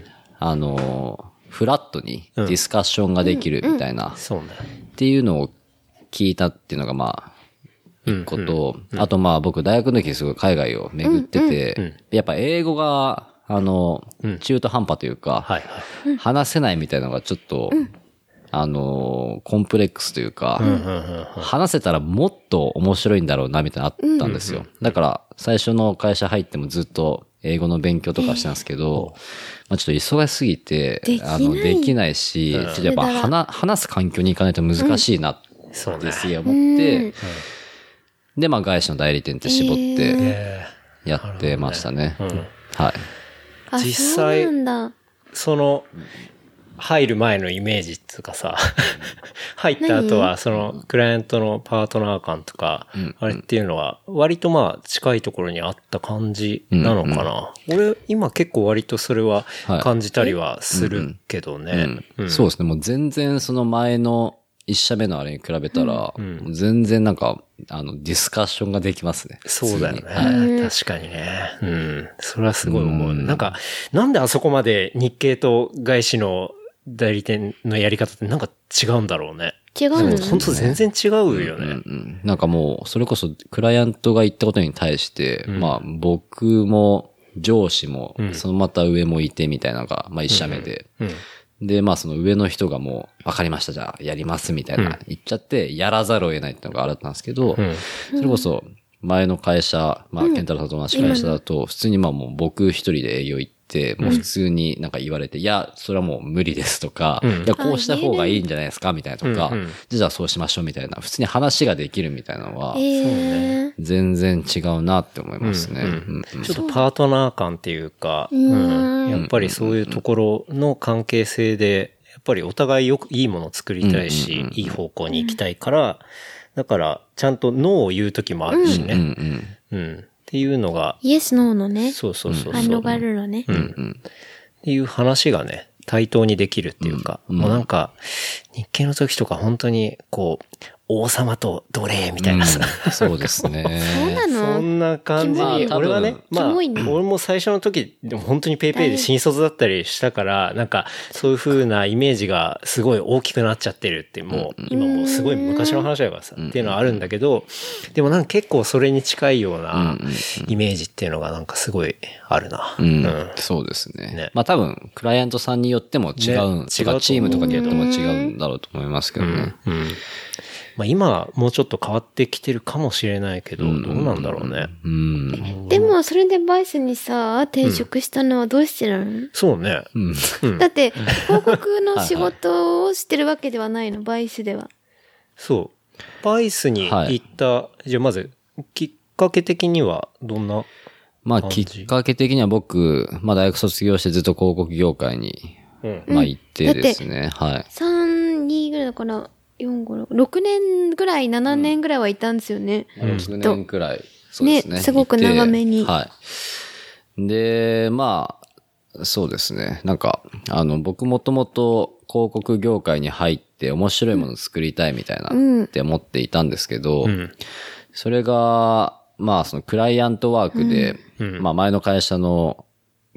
フラットにディスカッションができるみたいな、っていうのを聞いたっていうのが、まあ、一個と、あとまあ、僕、大学の時すごい海外を巡ってて、やっぱ英語が、中途半端というか、話せないみたいなのがちょっと、コンプレックスというか、話せたらもっと面白いんだろうな、みたいなのあったんですよ。だから、最初の会社入ってもずっと英語の勉強とかしてたんですけど、まあちょっと忙しすぎて、できないし、ちょっとやっぱ話す環境に行かないと難しいな、ってすげえ思って、で、まあ外資の代理店って絞ってやってましたね。はい。 実際、その、入る前のイメージっていうかさ、入った後はそのクライアントのパートナー感とか、あれっていうのは割とまあ近いところにあった感じなのかな。俺今結構割とそれは感じたりはするけどね。 そうですね。もう全然その前の一社目のあれに比べたら、全然なんか、ディスカッションができますね。 そうだよね。確かにね。それはすごい思う。なんか、なんであそこまで日系と外資の代理店のやり方ってなんか違うんだろうね。 違うの？ 本当全然違うよね。 なんかもう、それこそクライアントが言ったことに対して、まあ僕も上司も、そのまた上もいてみたいなのが、まあ一社目で。で、まあその上の人がもう、わかりました、じゃあやりますみたいな言っちゃって、やらざるを得ないっていうのがあったんですけど、それこそ前の会社、まあケンタロウさんと同じ会社だと、普通にまあもう僕一人で営業行って、もう普通になんか言われて、いや、それはもう無理ですとか、いや、こうした方がいいんじゃないですかみたいなとか、じゃあそうしましょうみたいな、普通に話ができるみたいなのは、全然違うなって思いますね。 ちょっとパートナー感っていうか、やっぱりそういうところの関係性で、やっぱりお互いいいものを作りたいし、いい方向に行きたいから、だからちゃんとノーを言う時もあるしね。っていうのが。 イエスノーのね。 そう。 反応があるのね。 っていう話がね、対等にできるっていうか、もうなんか、日系の時とか本当に、こう、王様と奴隷みたいなさ、 そうですね。 そうなの？ そんな感じに、俺はね、まあ、俺も最初の時、でも本当にペイペイで新卒だったりしたから、なんか、そういう風なイメージがすごい大きくなっちゃってるって、もう、今もうすごい昔の話だからさ、っていうのはあるんだけど、でもなんか結構それに近いようなイメージっていうのがなんかすごいあるな。 そうですね。まあ多分、クライアントさんによっても違う、チームとかによっても違うんだろうと思いますけどね。 まあ今もうちょっと変わってきてるかもしれないけど、どうなんだろうね。 でもそれでバイスにさ、転職したのはどうしてなの？ そうね。 だって広告の仕事をしてるわけではないの、バイスでは。 そう。バイスに行った、じゃあまずきっかけ的にはどんな？ まあきっかけ的には僕、まあ大学卒業してずっと広告業界に、まあ行ってですね。はい。 3、2ぐらいだから、4、5、6年ぐらい、7年ぐらいはいたんですよね。 6年くらい。そうですね。 ね、すごく長めに。 はい。で、まあ、そうですね。なんか、僕もともと広告業界に入って面白いものを作りたいみたいなって思っていたんですけど、それが、まあ、そのクライアントワークで、まあ前の会社の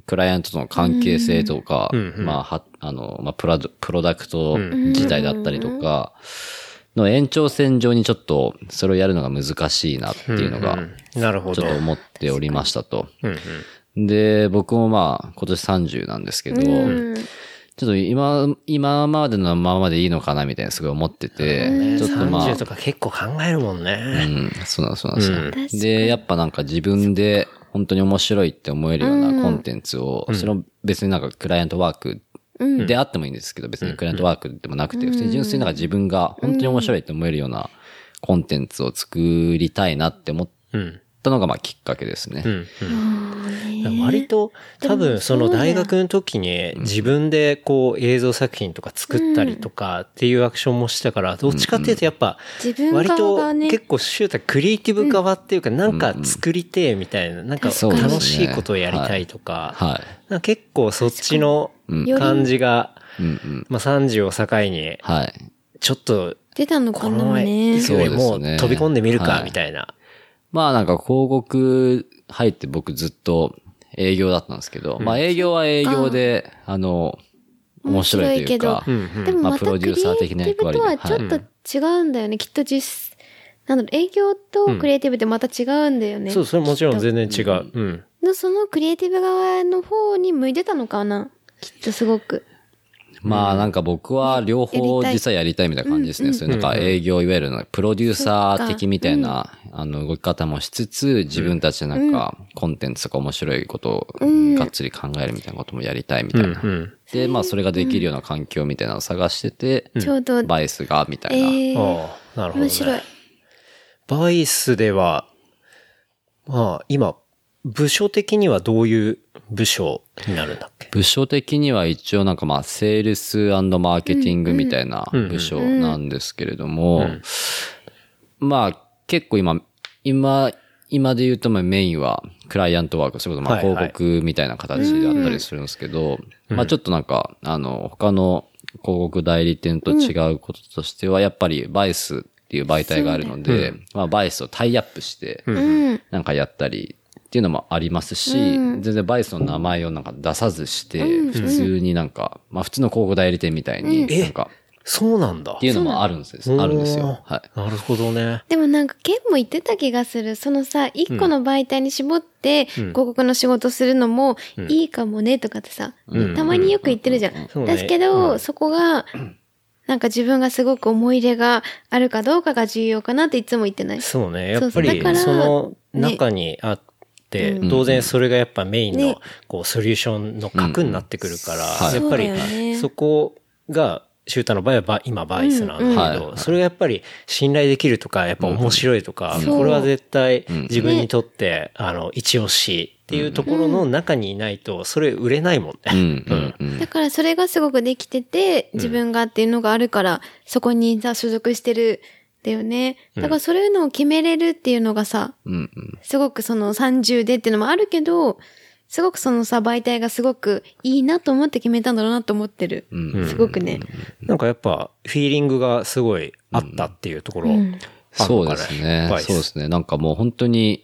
クライアントとの関係性とか、まあ、プロダクト自体だったりとか、の延長線上にちょっとそれをやるのが難しいなっていうのが、 なるほど。 ちょっと思っておりましたと。で、僕もまあ今年30なんですけど、ちょっと今までのままでいいのかなみたいなすごい思ってて、ちょっとまあ。 30とか結構考えるもんね。 そうなんですよ。で、やっぱなんか自分で本当に面白いって思えるようなコンテンツを、それを別になんかクライアントワークであってもいいんですけど、別にクライアントワークでもなくて、普通に純粋になんか自分が本当に面白いって思えるようなコンテンツを作りたいなって思ったのがまあきっかけですね。 割と多分その大学の時に自分でこう映像作品とか作ったりとかっていうアクションもしたから、どっちかっていうとやっぱ割と結構シュータクリエイティブ側っていうかなんか作りてえみたいな、なんか楽しいことをやりたいとか、結構そっちの感じが、まあ30を境に、ちょっと出たのかなね。 そうですね。もう飛び込んでみるかみたいな。 まあなんか広告入って僕ずっと営業だったんですけど、まあ営業は営業で、面白いというか、 でもまたクリエイティブとはちょっと違うんだよね。きっと営業とクリエイティブってまた違うんだよね。 そう、それもちろん全然違う。 そのクリエイティブ側の方に向いてたのかな、きっとすごく。 まあなんか僕は両方実はやりたいみたいな感じですね。そういうなんか営業いわゆるプロデューサー的みたいな動き方もしつつ、自分たちでなんかコンテンツとか面白いことをがっつり考えるみたいなこともやりたいみたいな。で、まあそれができるような環境みたいなのを探してて、 ちょうどバイスがみたいな。 なるほどね。 面白い。 バイスでは、まあ今、部署的にはどういう部署になるんだっけ？ 部署的には一応なんかまあ、セールス&マーケティングみたいな部署なんですけれども、まあ、結構今で言うとメインはクライアントワーク、それこそまあ広告みたいな形であったりするんですけど、まあちょっとなんか、他の広告代理店と違うこととしては、やっぱりバイスっていう媒体があるので、まあバイスをタイアップして、なんかやったり、っていうのもありますし、全然バイスの名前をなんか出さずして、普通になんか、まあ普通の広告代理店みたいに、なんか、 そうなんだ。 っていうのもあるんですよ。あるんですよ。はい。 なるほどね。 でもなんか、ケンも言ってた気がする。そのさ、一個の媒体に絞って、広告の仕事するのもいいかもねとかってさ、たまによく言ってるじゃん。ですけど、そこが、なんか自分がすごく思い入れがあるかどうかが重要かなっていつも言ってない。 そうね。やっぱり、その中にあって、当然それがやっぱメインのこうソリューションの核になってくるから、やっぱりそこがシューターの場合は今バイスなんだけど、それがやっぱり信頼できるとか、やっぱ面白いとか、これは絶対自分にとって一押しっていうところの中にいないと、それ売れないもんね。 だからそれがすごくできてて、自分がっていうのがあるから、そこにさ、所属してるだよね。だからそういうのを決めれるっていうのがさ、すごくその30でっていうのもあるけど、すごくそのさ、媒体がすごくいいなと思って決めたんだろうなと思ってる。すごくね。 なんかやっぱ、フィーリングがすごいあったっていうところ、 そうですね。そうですね。なんかもう本当に、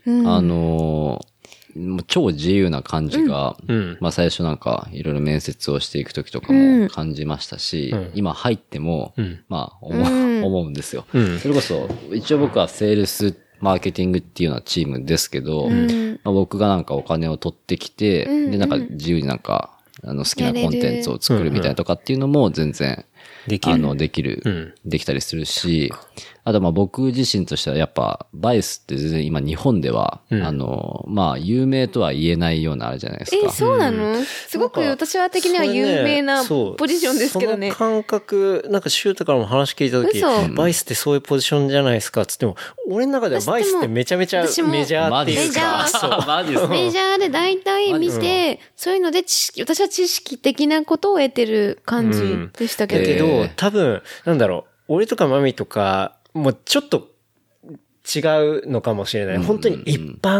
超自由な感じが、まあ最初なんかいろいろ面接をしていくときとかも感じましたし、今入っても、まあ思うんですよ。それこそ、一応僕はセールスマーケティングっていうようなチームですけど、まあ、僕がなんかお金を取ってきて、でなんか自由になんか好きなコンテンツを作るみたいなとかっていうのも全然、できたりするし、あとまあ僕自身としてはやっぱバイスって全然今日本では、まあ有名とは言えないようなあれじゃないですか。 そうなの？すごく私は的には有名なポジションですけどね。 その感覚、なんかシュートからも話聞いたとき、バイスってそういうポジションじゃないですかっつっても、俺の中ではバイスってめちゃめちゃメジャーっていうか、 メジャーで大体見て、そういうので私は知識的なことを得てる感じでしたけど。 だけど、多分、なんだろう、俺とかマミとか、もうちょっと違うのかもしれない。本当に一般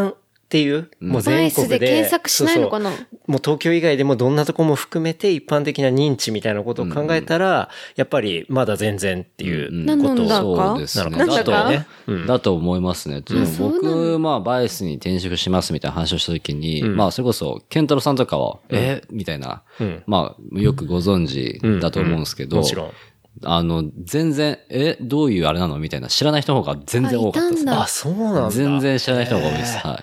っていう、もう全国で。 バイスで検索しないのかな？ そうもう東京以外でもどんなとこも含めて一般的な認知みたいなことを考えたら、やっぱりまだ全然っていうことを、 そうですね。だと思いますね。僕、まあ、バイスに転職しますみたいな話をしたときに、まあ、それこそ、ケンタロウさんとかは、みたいな、まあ、よくご存知だと思うんですけど、 もちろん。 全然、どういうあれなのみたいな知らない人の方が全然多かったですね。 あ、そうなんだ。 全然知らない人の方が多いです。はい。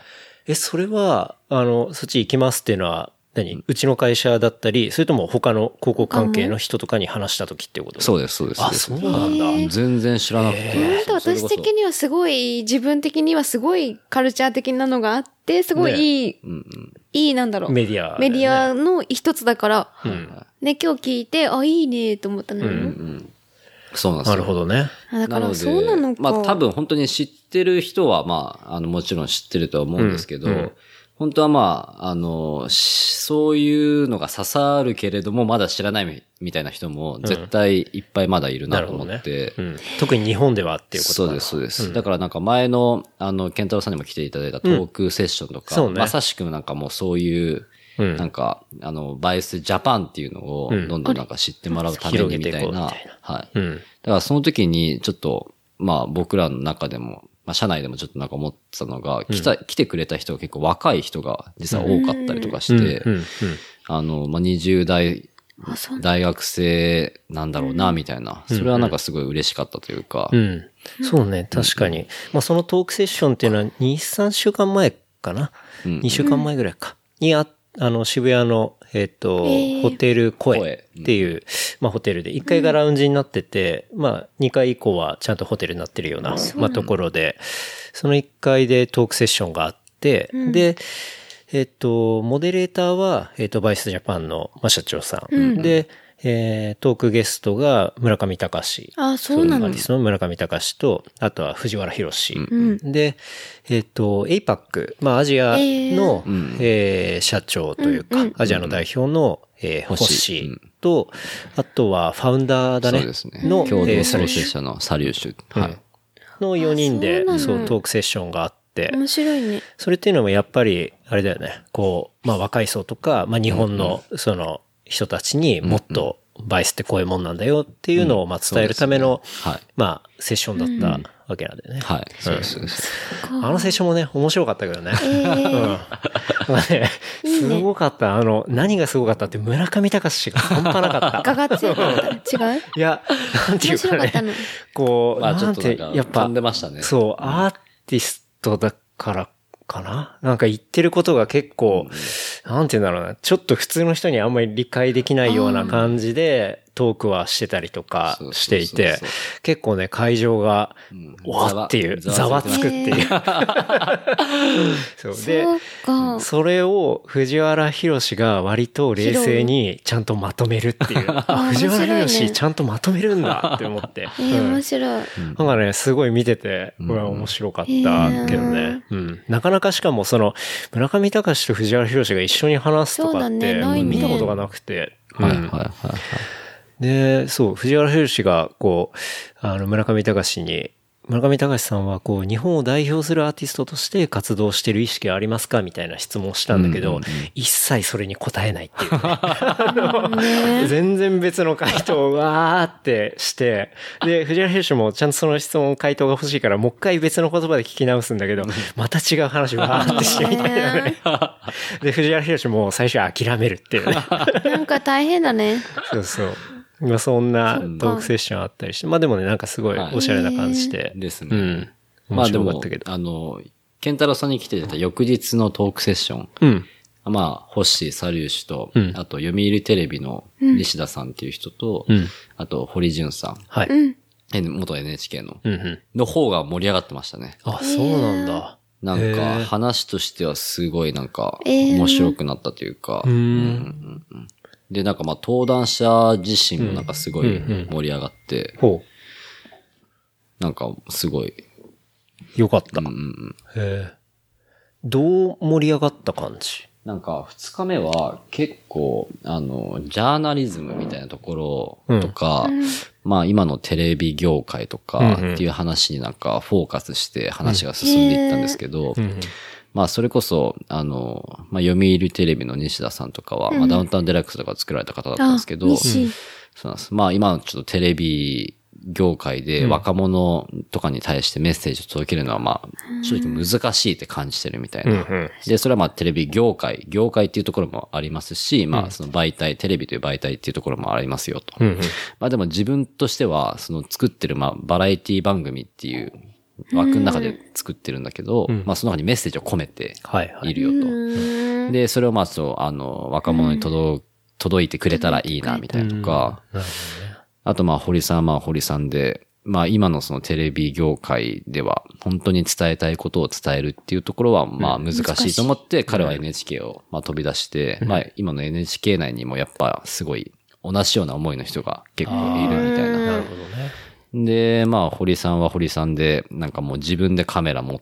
それは、そっち行きますっていうのは、うちの会社だったり、それとも他の広告関係の人とかに話した時っていうこと？ そうです、そうです。 あ、そうなんだ。 全然知らなくて。 私的にはすごい、自分的にはすごいカルチャー的なのがあって、すごいいい、いいなんだろう。 メディア、 メディアの一つだから、ね、今日聞いて、あ、いいねと思ったのよ。 そうなんですよ。 なるほどね。 だからそうなのか。 まあ多分本当に知ってる人は、まあ、もちろん知ってるとは思うんですけど、本当はまあ、そういうのが刺さるけれども、まだ知らないみたいな人も絶対いっぱいまだいるなと思って。 特に日本ではっていうことそうです、そうです。だからなんか前の、ケンタロウさんにも来ていただいたトークセッションとか、まさしくなんかもうそういう、なんか、バイスジャパンっていうのを、どんどんなんか知ってもらうためにみたいな。はい。だからその時に、ちょっと、まあ僕らの中でも、まあ社内でもちょっとなんか思ってたのが、来てくれた人が結構若い人が実は多かったりとかして、まあ20代、大学生なんだろうな、みたいな。それはなんかすごい嬉しかったというか。 そうね、確かに。まあそのトークセッションっていうのは2、3週間前かな。2週間前ぐらいか。に渋谷の、ホテル声っていう、まあホテルで、1階がラウンジになってて、まあ2階以降はちゃんとホテルになってるような、まあところで、その1階でトークセッションがあって、で、モデレーターは、バイスジャパンの、まあ、社長さん。で、トークゲストが村上隆。 あ、そうなの。 アーティストの村上隆と、あとは藤原宏。で、APAC、まあアジアの、社長というか、アジアの代表の、星と、あとはファウンダーだね。 そうですね。の、共同創設者のサリューシュ。はい。 の4人で、そう、トークセッションがあって、 面白いね。 それっていうのもやっぱり、あれだよね。こう、まあ若い層とか、まあ日本の、その、人たちにもっとバイスってこういうもんなんだよっていうのをまあ伝えるための、まあセッションだったわけなんだよね。 はい。そうです。 あのセッションもね、面白かったけどね。すごかった。何がすごかったって村上隆が半端なかった。 ガガ強かった。違う？ いや、なんていうかね。こう、 まあちょっとやっぱ飛んでましたね。 そう、アーティストだからかな？なんか言ってることが結構、なんて言うんだろうな。ちょっと普通の人にあんまり理解できないような感じでトークはしてたりとかしていて、結構ね、会場が、わっていう、ざわつくっていう。そうで、それを藤原宏が割と冷静にちゃんとまとめるっていう。藤原宏ちゃんとまとめるんだって思って。 面白い。 なんかね、すごい見てて、面白かったけどね。なかなかしかもその、村上隆と藤原宏が一緒に話すとかって、見たことがなくて。で、そう、藤原宏が、こう、村上隆に、村上隆さんは、こう、日本を代表するアーティストとして活動している意識はありますかみたいな質問をしたんだけど、一切それに答えないっていうね。全然別の回答をわーってして、で、藤原宏もちゃんとその質問、回答が欲しいから、もう一回別の言葉で聞き直すんだけど、また違う話わーってしてみたいなね。で、藤原宏も最初は諦めるっていうね。 なんか大変だね。 そうそう。まあそんなトークセッションあったりして、まあでもね、なんかすごいおしゃれな感じで。 ですね。まあでも、ケンタロウさんに来ていた翌日のトークセッション。まあ、ホッシー、サリューシュと、あと、読売テレビの西田さんっていう人と、あと、堀潤さん。 はい。 元 NHK の方が盛り上がってましたね。 あ、そうなんだ。 なんか、話としてはすごいなんか、面白くなったというか。で、なんかまあ登壇者自身もなんかすごい盛り上がって、なんかすごい。 よかった。どう盛り上がった感じ？ なんか2日目は結構、ジャーナリズムみたいなところとか、まあ今のテレビ業界とかっていう話になんかフォーカスして話が進んでいったんですけど、 まあそれこそ、まあ読売テレビの西田さんとかは、まあダウンタウンデラックスとか作られた方だったんですけど、 西。 そうなんです。まあ今のちょっとテレビ業界で若者とかに対してメッセージを届けるのはまあ正直難しいって感じてるみたいな。で、それはまあテレビ業界っていうところもありますし、まあその媒体、テレビという媒体っていうところもありますよと。まあでも自分としてはその作ってるまあバラエティ番組っていう枠の中で作ってるんだけど、まあその中にメッセージを込めているよと。で、それをまあ若者に届いてくれたらいいなみたいなとか、あとまあ堀さんは堀さんで、まあ今のそのテレビ業界では本当に伝えたいことを伝えるっていうところはまあ難しいと思って彼は NHK をまあ飛び出して、まあ今の NHK 内にもやっぱすごい同じような思いの人が結構いるみたいな。 なるほどね。 で、まあ堀さんは堀さんでなんかもう自分でカメラ持って、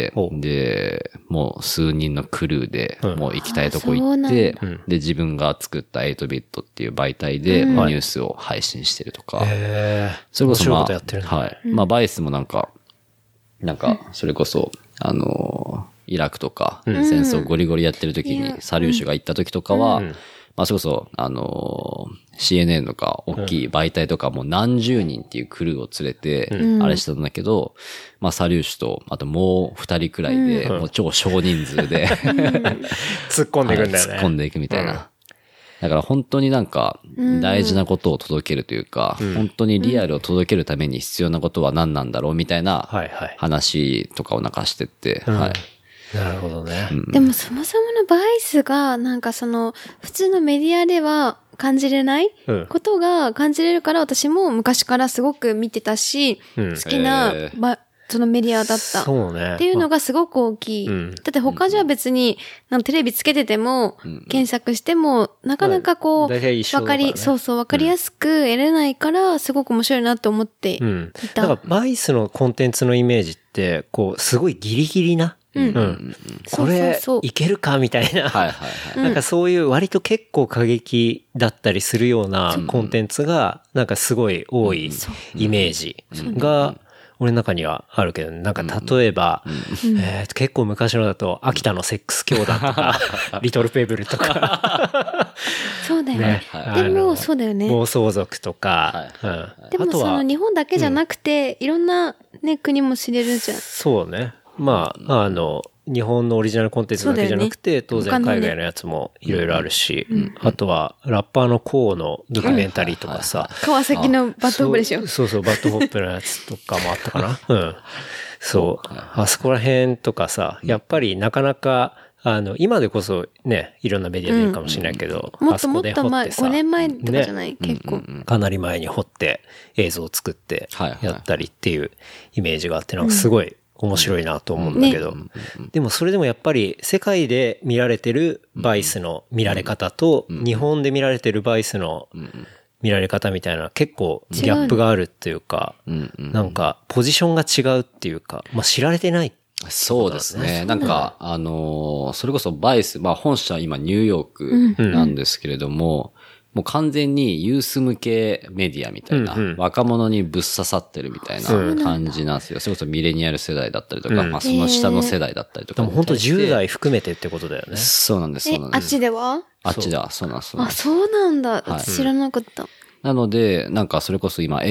で、もう数人のクルーでもう行きたいとこ行って、で自分が作った8ビットっていう媒体でニュースを配信してるとか、それこそまあ、はい。まあバイスもなんか、それこそ、イラクとか、戦争ゴリゴリやってる時に、サリューシュが行った時とかは、まあそれこそ、CNN とか、大きい媒体とかもう何十人っていうクルーを連れて、あれしたんだけど、まあサリューシュと、あともう2人くらいで、もう超少人数で、 突っ込んでいくんだよね。 突っ込んでいくみたいな。だから本当になんか大事なことを届けるというか、本当にリアルを届けるために必要なことは何なんだろうみたいな話とかをなんかしてって、はい。 なるほどね。 でもそもそものバイスが、なんか普通のメディアでは感じれないことが感じれるから私も昔からすごく見てたし、好きなそのメディアだった。 そうね。 っていうのがすごく大きい。だって他じゃ別に、テレビつけてても、検索しても、なかなかこう、わかりやすく得れないから、すごく面白いなと思っていた。 だからバイスのコンテンツのイメージって、こう、すごいギリギリな。これ、いけるかみたいな。なんかそういう割と結構過激だったりするようなコンテンツが、なんかすごい多いイメージが、俺の中にはあるけど、なんか例えば、結構昔のだと、秋田のセックス教団とか、リトルペーブルとか。 そうだよね。でも、そうだよね。 暴走族とか。 でもその日本だけじゃなくて、いろんなね、国も知れるじゃん。 そうね。まあ、日本のオリジナルコンテンツだけじゃなくて、当然海外のやつもいろいろあるし、あとはラッパーのコウのドキュメンタリーとかさ。 川崎のバッドホップでしょ。 そう、バッドホップのやつとかもあったかな。そう。あそこら辺とかさ、やっぱりなかなか、今でこそね、いろんなメディアでいるかもしれないけど、 もっともっと前、5年前とかじゃない、結構。 かなり前に掘って映像を作ってやったりっていうイメージがあって、なんかすごい、面白いなと思うんだけど、でもそれでもやっぱり世界で見られてるバイスの見られ方と日本で見られてるバイスの見られ方みたいな結構ギャップがあるっていうか、なんかポジションが違うっていうか、まあ知られてない。 そうですね。なんか、それこそバイス、まあ本社今ニューヨークなんですけれども、もう完全にユース向けメディアみたいな、若者にぶっ刺さってるみたいな感じなんですよ。それこそミレニアル世代だったりとか、まあその下の世代だったりとか。 でも本当10代含めてってことだよね。 そうなんです、そうなんです。 あっちではあっちでは、そうなんです。 あ、そうなんだ。知らなかった。 なので、なんかそれこそ今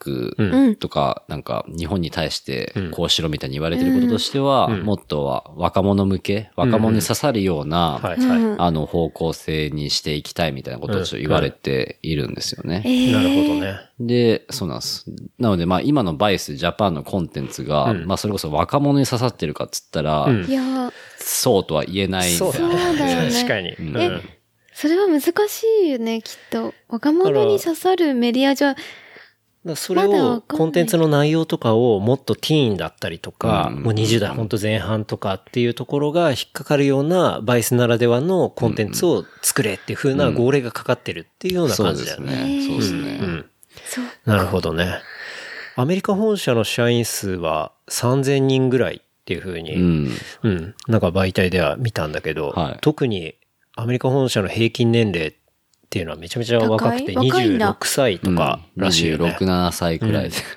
APAC とか、なんか日本に対してこうしろみたいに言われてることとしては、もっとは若者向け、若者に刺さるような、方向性にしていきたいみたいなことを言われているんですよね。 なるほどね。 で、そうなんです。なので、まあ今のバイスジャパンのコンテンツが、まあそれこそ若者に刺さってるかっつったら、そうとは言えないんだよね。 そうだよね。 確かに。 それは難しいよね、きっと。若者に刺さるメディアじゃ、 それを、コンテンツの内容とかをもっとティーンだったりとか、もう20代本当前半とかっていうところが引っかかるようなバイスならではのコンテンツを作れっていう風な号令がかかってるっていうような感じだよね。 そうですね。 なるほどね。アメリカ本社の社員数は3000人ぐらいっていう風に、なんか媒体では見たんだけど、特にアメリカ本社の平均年齢っていうのはめちゃめちゃ若くて26歳とからしいよね。 26、7歳くらいで。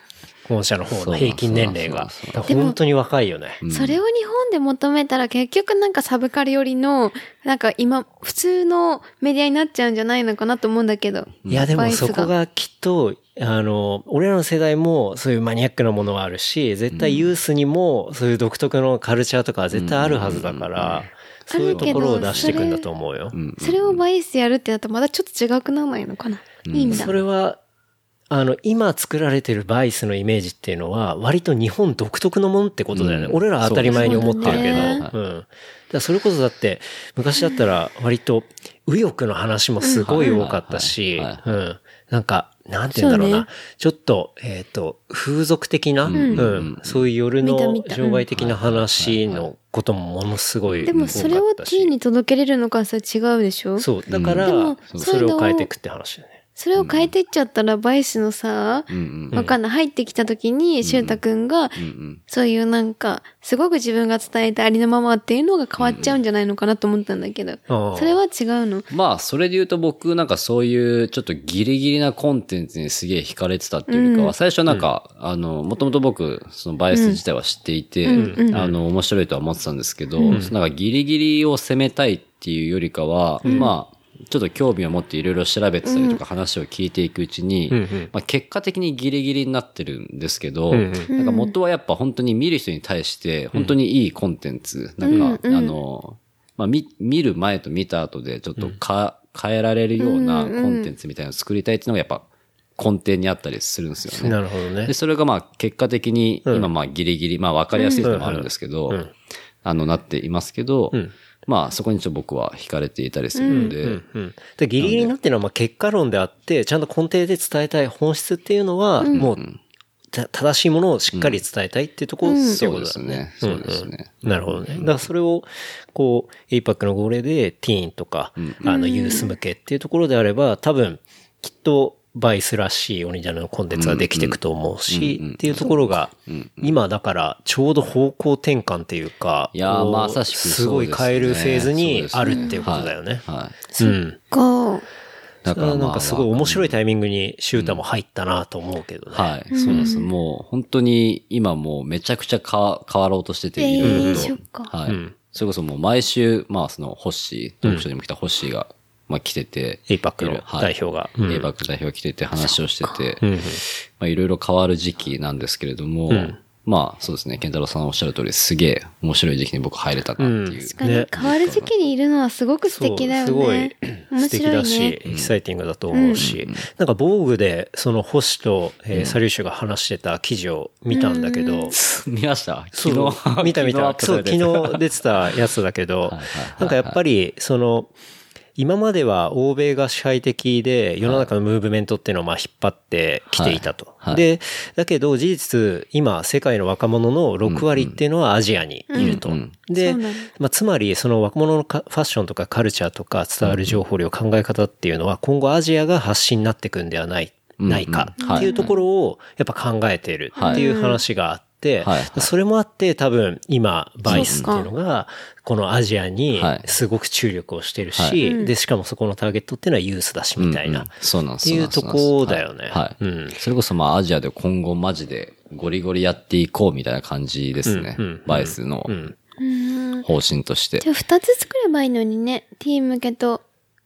本社の方の平均年齢が。本当に若いよね。 それを日本で求めたら結局なんかサブカル寄りの、なんか今、普通のメディアになっちゃうんじゃないのかなと思うんだけど。 いやでもそこがきっと、俺らの世代もそういうマニアックなものはあるし、絶対ユースにもそういう独特のカルチャーとかは絶対あるはずだから、そういうところを出していくんだと思うよ。 それをバイスやるってなったらまだちょっと違くならないのかな。いいんだ。 それは、今作られてるバイスのイメージっていうのは、割と日本独特のものってことだよね。俺らは当たり前に思ってるけど。だからそれこそだって、昔だったら割と右翼の話もすごい多かったし、なんか、なんて言うんだろうな。ちょっと、風俗的な、そういう夜の場外的な話のこともものすごい多かったし。 でもそれを T に届けれるのかさ違うでしょ？ そう。だから、それを変えていくって話だよね。 それを変えていっちゃったら、バイスのさ、わかんない。入ってきた時に、シュウタくんが、そういうなんか、すごく自分が伝えたありのままっていうのが変わっちゃうんじゃないのかなと思ったんだけど、それは違うの？ まあ、それで言うと僕なんかそういうちょっとギリギリなコンテンツにすげえ惹かれてたっていうよりかは、最初なんか、もともと僕、そのバイス自体は知っていて、面白いとは思ってたんですけど、なんかギリギリを攻めたいっていうよりかは、まあ、ちょっと興味を持っていろいろ調べてたりとか話を聞いていくうちに、まあ、結果的にギリギリになってるんですけど、なんか元はやっぱ本当に見る人に対して本当にいいコンテンツ、なんか、まあ、見る前と見た後でちょっと変えられるようなコンテンツみたいなのを作りたいっていうのがやっぱ根底にあったりするんですよね。 なるほどね。 で、それがまあ結果的に今まあギリギリ、まあ分かりやすいのもあるんですけど、なっていますけど、まあそこにちょっと僕は惹かれていたりするので。 でギリギリになってるのはまあ結果論であって、ちゃんと根底で伝えたい本質っていうのは、もう正しいものをしっかり伝えたいっていうところっていうことだよね。 そうですね。 なるほどね。だからそれを、こう、APAC の号令でティーンとか、ユース向けっていうところであれば、多分、きっと、バイスらしいオリジナルのコンテンツができていくと思うし、っていうところが、今だからちょうど方向転換っていうか、 いやまさしくすごい変えるフェーズにあるっていうことだよね。 はい。そっか。 だからなんかすごい面白いタイミングにシュータも入ったなと思うけどね。 はい。そうです。もう本当に今もうめちゃくちゃ変わろうとしてて、いろいろと。はい。それこそもう毎週、まあそのホッシー、トークショーにも来たホッシーが、まあ来てて。 APAC の代表が。 APAC 代表来てて話をしてて、まあいろいろ変わる時期なんですけれども、まあそうですね、健太郎さんおっしゃる通りすげえ面白い時期に僕入れたなっていう。 確かに変わる時期にいるのはすごく素敵だよね。 すごい素敵だし、エキサイティングだと思うし、なんか防具でその星とサリューシュが話してた記事を見たんだけど、 見ました？ 昨日見た。そう、昨日出てたやつだけど、なんかやっぱりその、今までは欧米が支配的で世の中のムーブメントっていうのをまあ引っ張ってきていたと。で、だけど事実今世界の若者の6割っていうのはアジアにいると。で、まあつまりその若者のファッションとかカルチャーとか伝わる情報量考え方っていうのは今後アジアが発信になっていくんではないかっていうところをやっぱ考えているっていう話があって、それもあって多分今バイスっていうのがこのアジアにすごく注力をしてるし、でしかもそこのターゲットっていうのはユースだしみたいなっていうとこだよね。 それこそまあアジアで今後マジでゴリゴリやっていこうみたいな感じですね。バイスの方針として。 じゃあ2つ作ればいいのにね、ティーン向けと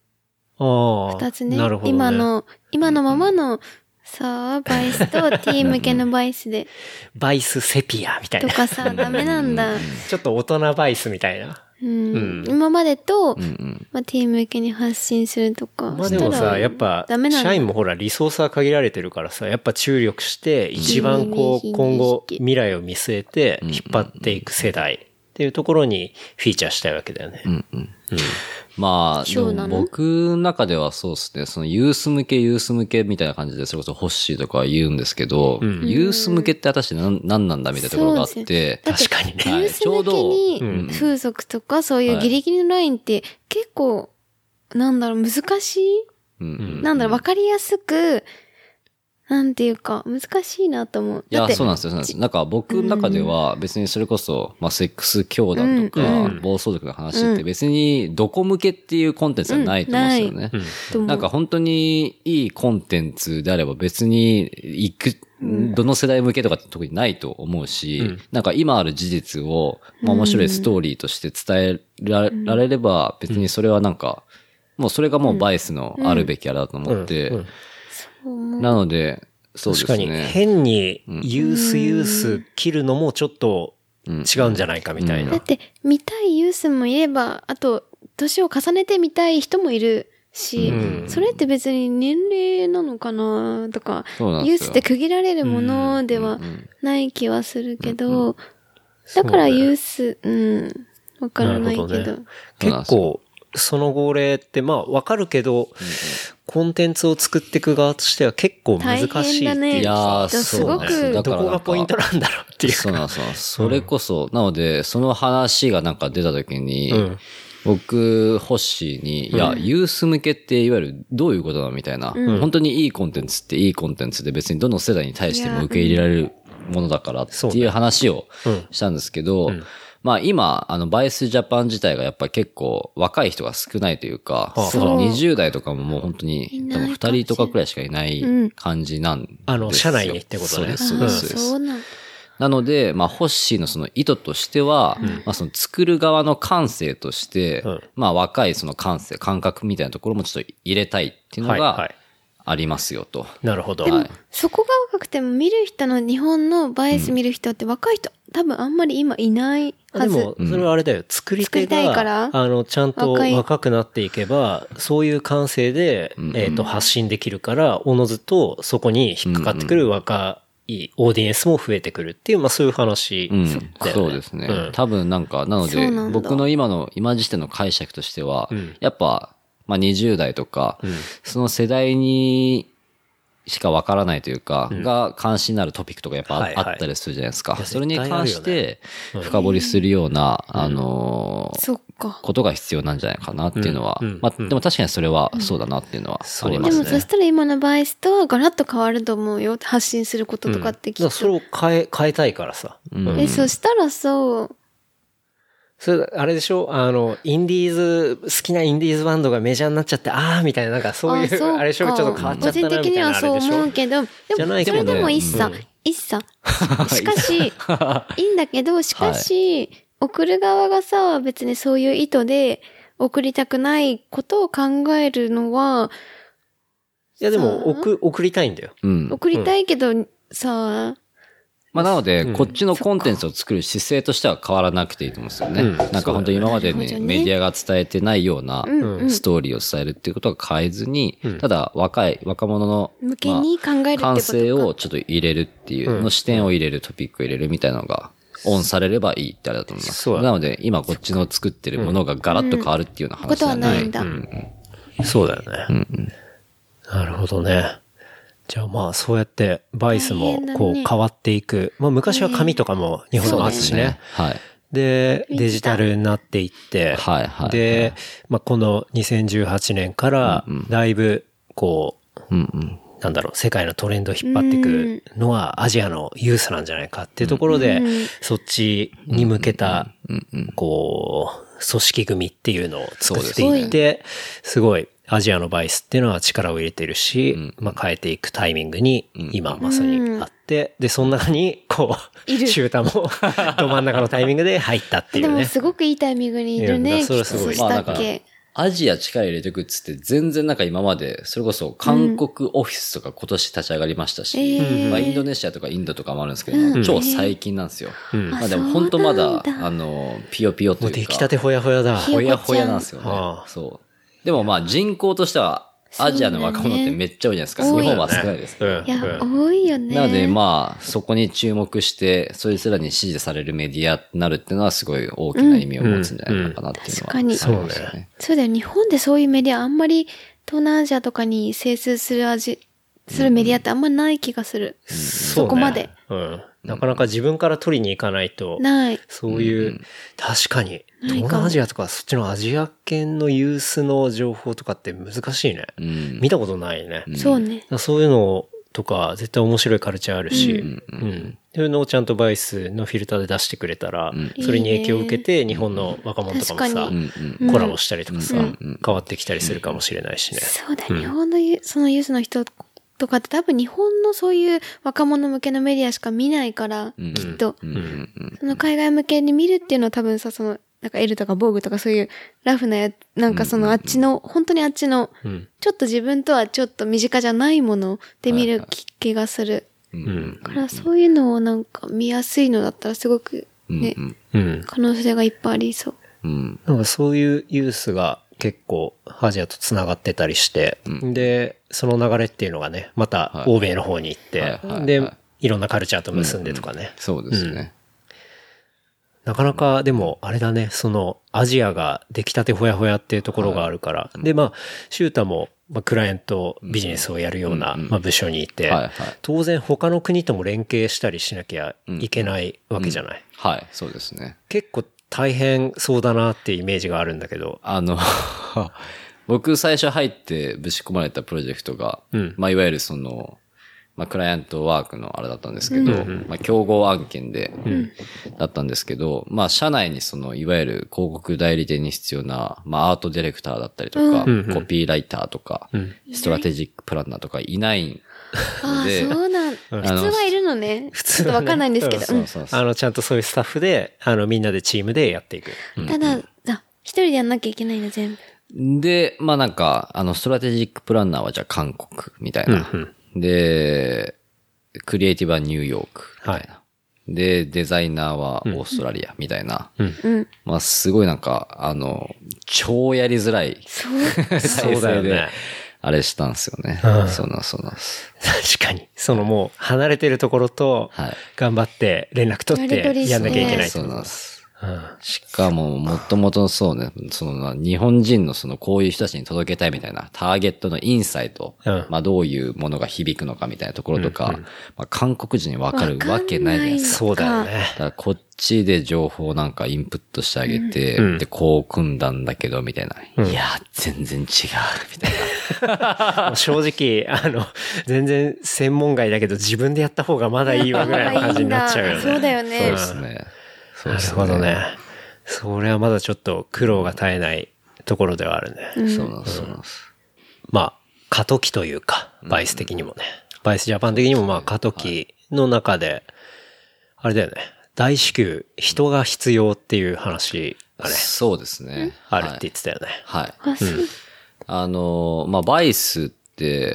2つね。今のままのさあ、バイスとティー向けのバイスで。 バイスセピアみたいな。 とかさ、ダメなんだ。 ちょっと大人バイスみたいな。 今までと、まあ、ティー向けに発信するとか。 まあでもさ、やっぱ、社員もほら、リソースは限られてるからさ、やっぱ注力して、一番こう、今後、未来を見据えて、引っ張っていく世代っていうところにフィーチャーしたいわけだよね。 まあ、でも僕の中ではそうですね、そのユース向けみたいな感じで、それこそホッシーとかは言うんですけど、ユース向けって果たして何なんだみたいなところがあって、 確かにね。 ユース向けに風俗とかそういうギリギリのラインって結構、なんだろう、難しい、なんだろう、わかりやすく、 なんていうか、難しいなと思う。 いや、そうなんですよ。なんか僕の中では別にそれこそ、まあ、セックス教団とか、暴走族の話って別にどこ向けっていうコンテンツはないと思うんですよね。なんか本当にいいコンテンツであれば別にどの世代向けとかって特にないと思うし、なんか今ある事実を、まあ面白いストーリーとして伝えられれば別にそれはなんか、もうそれがもうバイスのあるべきあれだと思って、なので、そうですね。 確かに変にユース切るのもちょっと違うんじゃないかみたいな。 だって見たいユースもいれば、あと年を重ねて見たい人もいるし、それって別に年齢なのかなとか、ユースって区切られるものではない気はするけど、だからユース、わからないけど。 結構、その号令ってまあわかるけど、コンテンツを作っていく側としては結構難しいっていうか。 大変だね。 いやー、そうなんです。 どこがポイントなんだろうっていう。 そうなんですよ。それこそ、なので、その話がなんか出た時に、僕、ホッシーに、いや、ユース向けっていわゆるどういうことだみたいな、本当にいいコンテンツっていいコンテンツで別にどの世代に対しても受け入れられるものだからっていう話をしたんですけど、まあ今、バイスジャパン自体がやっぱり結構若い人が少ないというか、20代とかももう本当に多分2人とかくらいしかいない感じなんですよ。 社内にってことね。 そうです。なので、まあ、ホッシーのその意図としては、まあ、その作る側の感性として、まあ、若いその感覚みたいなところもちょっと入れたいっていうのがありますよと。 なるほど。 でも、そこが若くても見る人の日本のバイス見る人って若い人、多分あんまり今いないはず。 でも、それはあれだよ。作り手が、ちゃんと若くなっていけば、そういう感性で、発信できるから、おのずとそこに引っかかってくる若いオーディエンスも増えてくるっていう、まあそういう話だよね。 そうですね。多分なんか、なので、僕の今時点の解釈としては、やっぱ、まあ20代とか、その世代にしかわからないというか、が関心のあるトピックとかやっぱあったりするじゃないですか。それに関して深掘りするような、ことが必要なんじゃないかなっていうのは、まあでも確かにそれはそうだなっていうのはありますね。 でもそしたら今のバイスとはガラッと変わると思うよ。発信することとかってきっと。 それを変えたいからさ。 そしたらそう、 それ、あれでしょ好きなインディーズバンドがメジャーになっちゃって、みたいな、なんかそういう、あれでしょちょっと変わっちゃったなみたいな。個人的にはそう思うけど、でも、それでもいいさ。しかし、いいんだけど、しかし、送る側がさ、別にそういう意図で送りたくないことを考えるのは、 いやでも、送りたいんだよ。 送りたいけど、さ、 まあなので、こっちのコンテンツを作る姿勢としては変わらなくていいと思うんですよね。なんか本当に今までね、メディアが伝えてないようなストーリーを伝えるっていうことは変えずに、ただ若者の感性をちょっと入れるっていうの視点を入れる、トピックを入れるみたいなのがオンされればいいってあれだと思います。なので、今こっちの作ってるものがガラッと変わるっていうような話じゃない。 ことはないんだ。 そうだよね。なるほどね。じゃあまあそうやってバイスもこう変わっていく。まあ昔は紙とかも日本もあったしね。で、デジタルになっていって、で、まあこの2018年からだいぶこう、なんだろう、世界のトレンドを引っ張っていくのはアジアのユースなんじゃないかっていうところで、そっちに向けた、こう、組織組っていうのを作っていって、すごい、アジアのバイスっていうのは力を入れてるし、まあ変えていくタイミングに今まさにあって、で、その中に、こう、シューターもど真ん中のタイミングで入ったっていうね。 でもすごくいいタイミングにいるね。 それすごい。 したっけ。 アジア力入れてくっつって全然なんか今まで、それこそ韓国オフィスとか今年立ち上がりましたし、まあインドネシアとかインドとかもあるんですけど、超最近なんですよ。まあでも本当まだ、ピヨピヨというか。 出来たてほやほやだ。 ほやほやなんですよね。そう。でもまあ人口としては、アジアの若者ってめっちゃ多いじゃないですか。日本は少ないです。 いや、多いよね。 なのでまあ、そこに注目して、そいつらに支持されるメディアになるっていうのはすごい大きな意味を持つんじゃないのかなっていうのは、 確かに。そうだよ。日本でそういうメディアあんまり東南アジアとかに精通するメディアってあんまない気がする。そこまで。 なかなか自分から取りに行かないと。 ない。 そういう、確かに。東南アジアとかそっちのアジア圏のユースの情報とかって難しいね。見たことないね。 そうね。 そういうのをとか、絶対面白いカルチャーあるし、そういうのをちゃんとバイスのフィルターで出してくれたら、それに影響を受けて日本の若者とかもさ、コラボしたりとかさ、変わってきたりするかもしれないしね。 そうだ、日本のそのユースの人とかって多分日本のそういう若者向けのメディアしか見ないから、きっと。その海外向けに見るっていうのは多分さ、その、なんか L とか Vogue とかそういうラフななんかそのあっちの、本当にあっちの、ちょっと自分とはちょっと身近じゃないもので見る気がする。だからそういうのをなんか見やすいのだったらすごくね、可能性がいっぱいありそう。 なんかそういうユースが結構アジアと繋がってたりして、で、その流れっていうのがね、また欧米の方に行って、で、いろんなカルチャーと結んでとかね。 そうですね。 なかなかでもあれだね、そのアジアが出来たてほやほやっていうところがあるから、でまあシュータもクライアントビジネスをやるような部署にいて、当然他の国とも連携したりしなきゃいけないわけじゃない。 はい、そうですね。 結構大変そうだなっていうイメージがあるんだけど、 僕最初入ってぶち込まれたプロジェクトが、まあいわゆるそのクライアントワークのあれだったんですけど、競合案件で、だったんですけど、社内にその、いわゆる広告代理店に必要な、アートディレクターだったりとか、コピーライターとか、ストラテジックプランナーとかいないので、 そうなん。普通はいるのね。ちょっとわかんないんですけど。 ちゃんとそういうスタッフで、みんなでチームでやっていく。 ただ、一人でやんなきゃいけないの全部。で、なんか、ストラテジックプランナーはじゃあ韓国みたいな。で、クリエイティブはニューヨークみたいな。で、デザイナーはオーストラリアみたいな。すごいなんか、超やりづらい。 そうだよね。 あれしたんですよね。そうなんです。 確かに。そのもう離れてるところと、頑張って連絡取ってやんなきゃいけない。 そうなんです。しかも、もともとそうね、その日本人のそのこういう人たちに届けたいみたいなターゲットのインサイト、どういうものが響くのかみたいなところとか、韓国人にわかるわけないじゃないですか。 そうだよね。 だからこっちで情報なんかインプットしてあげて、で、こう組んだんだけど、みたいな。いや、全然違う、みたいな。正直、全然専門外だけど自分でやった方がまだいいわぐらいの感じになっちゃうよね。 そうだよね。 そうですね。 なるほどね。それはまだちょっと苦労が絶えないところではあるね。 そうなんです。 過渡期というか、バイス的にもね。バイスジャパン的にも過渡期の中で、あれだよね。大至急、人が必要っていう話がね。 そうですね。 あるって言ってたよね。 はい。バイスって、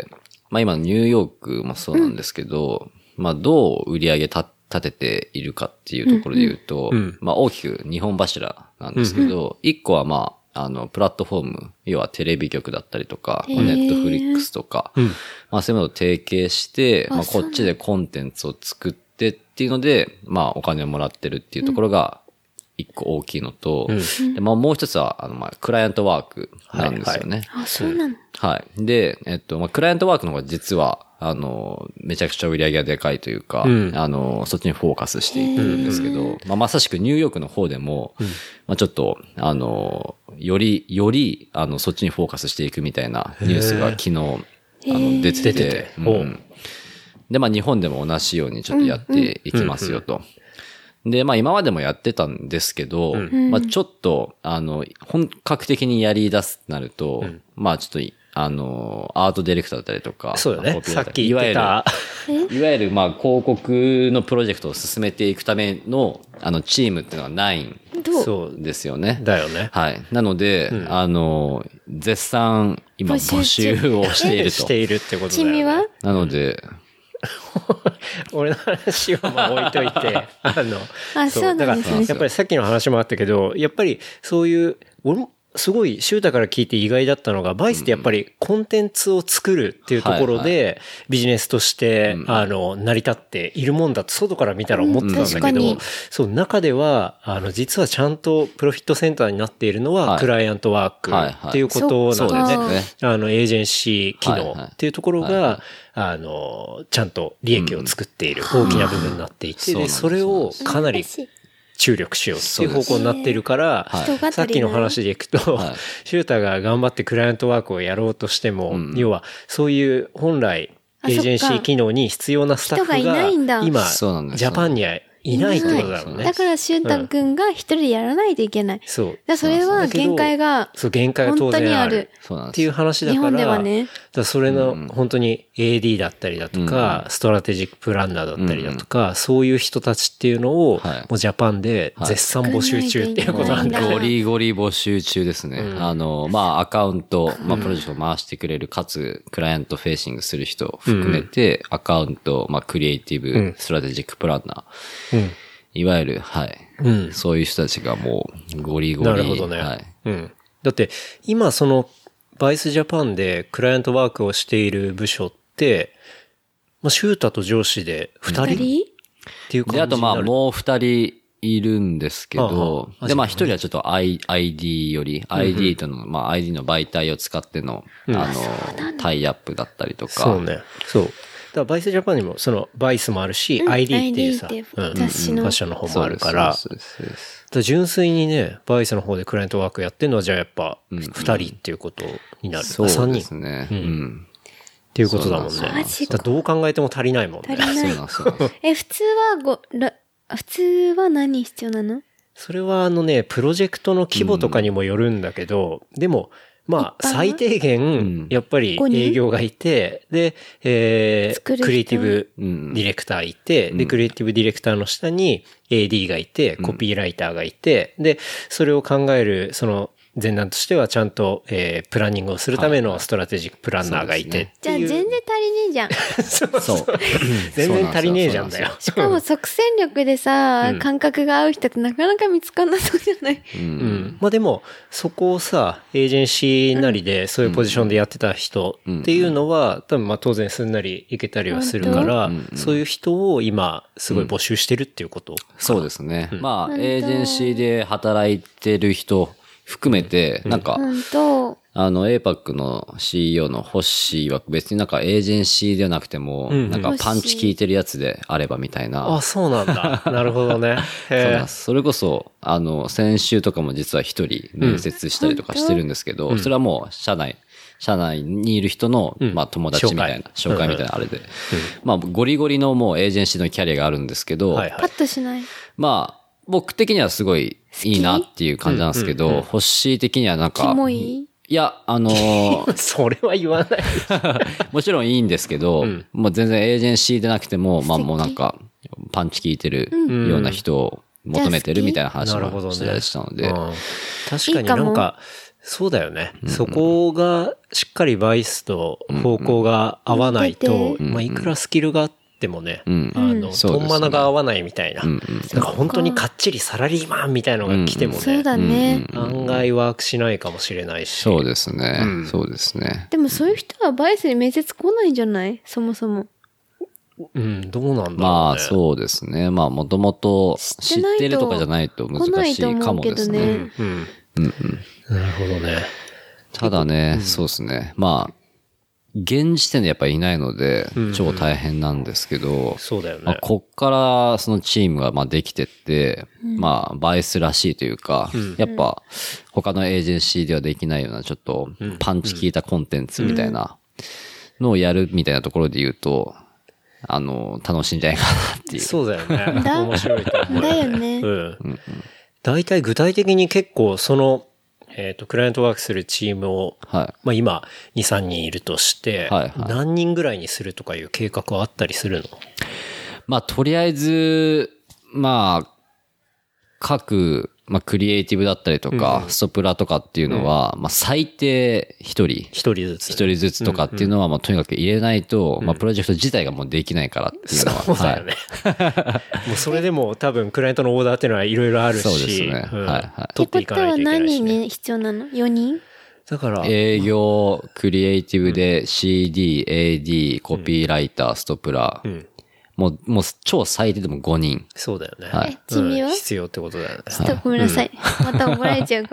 今ニューヨークもそうなんですけど、どう売り上げ立てているかっていうところで言うと、大きく2本柱なんですけど、1個はプラットフォーム、要はテレビ局だったりとか、ネットフリックスとか、そういうのと提携して、こっちでコンテンツを作ってっていうので、お金をもらってるっていうところが1個大きいのと、でもう一つは、クライアントワークなんですよね。 あ、そうなの？ はい。で、クライアントワークの方が実は、めちゃくちゃ売り上げがでかいというか、そっちにフォーカスしていってるんですけど、まさしくニューヨークの方でも、ちょっと、より、そっちにフォーカスしていくみたいなニュースが昨日、出てて、で、日本でも同じようにちょっとやっていきますよと。で、今までもやってたんですけど、ちょっと、本格的にやり出すとなると、ちょっと、アートディレクターだったりとか。 そうだね。さっき言ってた。 いわゆる、広告のプロジェクトを進めていくための、チームっていうのはないんですよね。 だよね。 はい。なので、絶賛、今、募集をしていると。 しているってことだよね。 君は？ なので、 俺の話は置いといて、 そうなんですね。 やっぱりさっきの話もあったけど、やっぱりそういう、俺もすごいシュータから聞いて意外だったのが、バイスってやっぱりコンテンツを作るっていうところで、ビジネスとして、成り立っているもんだと外から見たら思ってたんだけど、そう、中では、実はちゃんとプロフィットセンターになっているのは、クライアントワークっていうことなんでね。エージェンシー機能っていうところが、ちゃんと利益を作っている大きな部分になっていて、で、それをかなり注力しようっていう方向になっているから、さっきの話でいくと、シュータが頑張ってクライアントワークをやろうとしても、要はそういう本来エージェンシー機能に必要なスタッフが人がいないんだ今、 そうなんですジャパンにはいないってことだろうね。 だから、シュウタ君が一人でやらないといけない。 そう。 だからそれは限界が、 そう、限界が当然ある。 そうなんです。 っていう話だから、 日本ではね。 だからそれの本当に AD だったりだとか、ストラテジックプランナーだったりだとか、そういう人たちっていうのを、もうジャパンで絶賛募集中っていうことなんだ。 ゴリゴリ募集中ですね。まあ、アカウント、まあ、プロジェクトを回してくれる、かつ、クライアントフェーシングする人含めて、アカウント、まあ、クリエイティブ、ストラテジックプランナー。いわゆる、はい。そういう人たちがもう、ゴリゴリ。 なるほどね。 はい。 だって、今その、バイスジャパンでクライアントワークをしている部署って、まあ、シュータと上司で2人っていう感じになる。 で、あとまあ、もう2人いるんですけど、で、まあ、1人はちょっと ID より、ID との、まあ、ID の媒体を使っての、タイアップだったりとか。 そうね。そう。だからバイスジャパンにも、その、バイスもあるし、ID っていうさ、 雑誌の。 ファッションの方もあるから、純粋にね、バイスの方でクライアントワークやってるのは、じゃあやっぱ、2人っていうことになる。 そうですね。 っていうことだもんね。だどう考えても足りないもんね。 足りない。普通は何必要なの？ それはプロジェクトの規模とかにもよるんだけど、でも、まあ、最低限、やっぱり営業がいて、で、クリエイティブディレクターいて、で、クリエイティブディレクターの下に AD がいて、コピーライターがいて、で、それを考える、その、前段としてはちゃんと、プランニングをするためのストラテジックプランナーがいて。 じゃあ全然足りねえじゃん。 そう。全然足りねえじゃんだよ。 しかも即戦力でさ、感覚が合う人ってなかなか見つかんなそうじゃない？ まあでも、そこをさ、エージェンシーなりでそういうポジションでやってた人っていうのは、多分まあ当然すんなりいけたりはするから、そういう人を今すごい募集してるっていうこと。 そうですね。まあ、エージェンシーで働いてる人、含めて、なんか、APAC の CEO のホッシーは別になんかエージェンシーではなくても、なんかパンチ効いてるやつであればみたいな。 あ、そうなんだ。なるほどね。 それこそ、先週とかも実は一人面接したりとかしてるんですけど、それはもう社内にいる人の、まあ友達みたいな、紹介みたいなあれで。まあゴリゴリのもうエージェンシーのキャリアがあるんですけど、 パッとしない。 まあ、僕的にはすごいいいなっていう感じなんですけど、ホッシー的にはなんか、 キモい？ いや、 それは言わない。 もちろんいいんですけど、もう全然エージェンシーでなくても、まあもうなんか、パンチ効いてるような人を求めてるみたいな話もしてたりしたので。 確かになんか、そうだよね。そこがしっかりバイスと方向が合わないと、まあいくらスキルがあってもね、トンマナが合わないみたいな。なんか本当にかっちりサラリーマンみたいなのが来てもね。 そうだね。 案外ワークしないかもしれないし。 そうですね。そうですね。 でもそういう人はバイスに面接来ないんじゃない？そもそも。 どうなんだろうね。 まあそうですね。まあもともと知ってるとかじゃないと難しいかもですね。 なるほどね。 ただね、そうですね。まあ、現時点でやっぱりいないので、超大変なんですけど、 そうだよね。 まあ、こっからそのチームがまあできてって、まあ、バイスらしいというか、やっぱ他のエージェンシーではできないようなちょっとパンチ効いたコンテンツみたいなのをやるみたいなところで言うと、楽しいんじゃないかなっていう。 そうだよね。面白いと思う。 だよね。 大体具体的に結構その、クライアントワークするチームを、まあ今2、3人いるとして、何人ぐらいにするとかいう計画はあったりするの？ まあとりあえず、まあ、各、まあクリエイティブだったりとか、ストプラとかっていうのは、まあ最低一人ずつとかっていうのは、まあとにかく入れないと、まあプロジェクト自体がもうできないからっていうのは。 そうだよね。もうそれでも多分クライアントのオーダーっていうのはいろいろあるし、 そうですね。 取っていかないといけないし、ね。 ってことは何人に必要なの？ 4 人？ だから。 営業、クリエイティブで CD、AD、コピーライター、ストプラ。もう超最低でも5人。 そうだよね。 君は？ 必要ってことだよね。 ちょっとごめんなさい。また怒られちゃうから。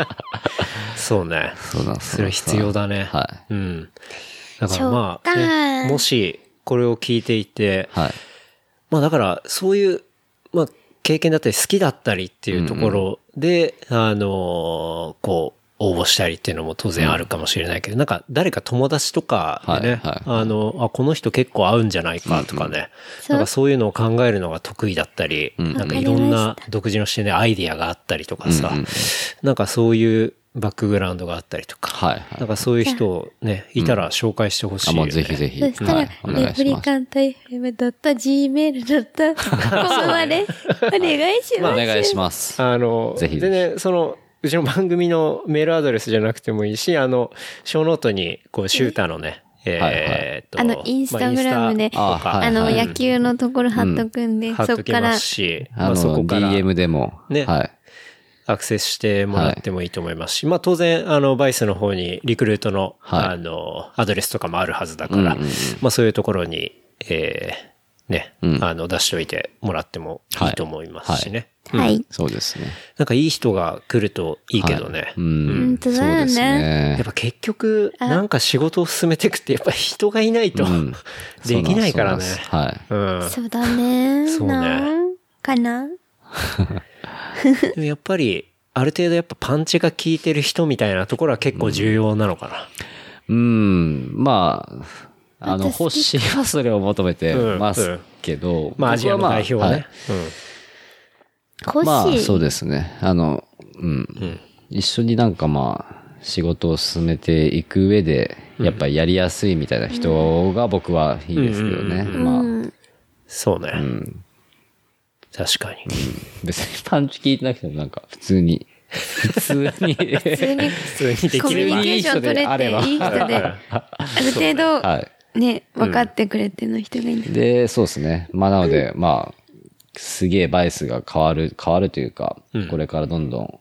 そうね。それは必要だね。 はい。 だからまあ、もしこれを聞いていて、まあだからそういう、まあ経験だったり好きだったりっていうところで、こ応募したりっていうのも当然あるかもしれないけど、なんか誰か友達とかでね、この人結構合うんじゃないかとかね、なんかそういうのを考えるのが得意だったり、なんかいろんな独自の視点でアイディアがあったりとかさ、なんかそういうバックグラウンドがあったりとか、なんかそういう人をね、いたら紹介してほしいよね。 ぜひぜひ。 そしたら、レプリカント FM.gmail.com までお願いします。 お願いします。ぜひ。 でね、うちの番組のメールアドレスじゃなくてもいいし、ショーノートに、シューターのね、 インスタグラムで、野球のところ貼っとくんで、そこから。 そこから。 DM でも。 ね。アクセスしてもらってもいいと思いますし、まあ当然、バイスの方にリクルートの、アドレスとかもあるはずだから、まあそういうところに、ね、出しておいてもらってもいいと思いますしね。 はい。 そうですね。 なんかいい人が来るといいけどね。 本当だよね。 やっぱ結局、なんか仕事を進めていくって、やっぱ人がいないとできないからね。 そうだね。 そうね。 かなでもやっぱり、ある程度やっぱパンチが効いてる人みたいなところは結構重要なのかな。 まあ、欲しいはそれを求めてますけど。 まあアジアの代表はね。 まあそうですね。一緒になんかまあ、仕事を進めていく上で、やっぱりやりやすいみたいな人が僕はいいですけどね。まあ。 そうね。確かに。 別にパンチ効いてなくてもなんか普通にできる。 コミュニケーション取れていい人で、ある程度、ね、分かってくれての人がいいんで、そうですね。まあなので、まあ、すげえバイスが変わるというか、これからどんどん、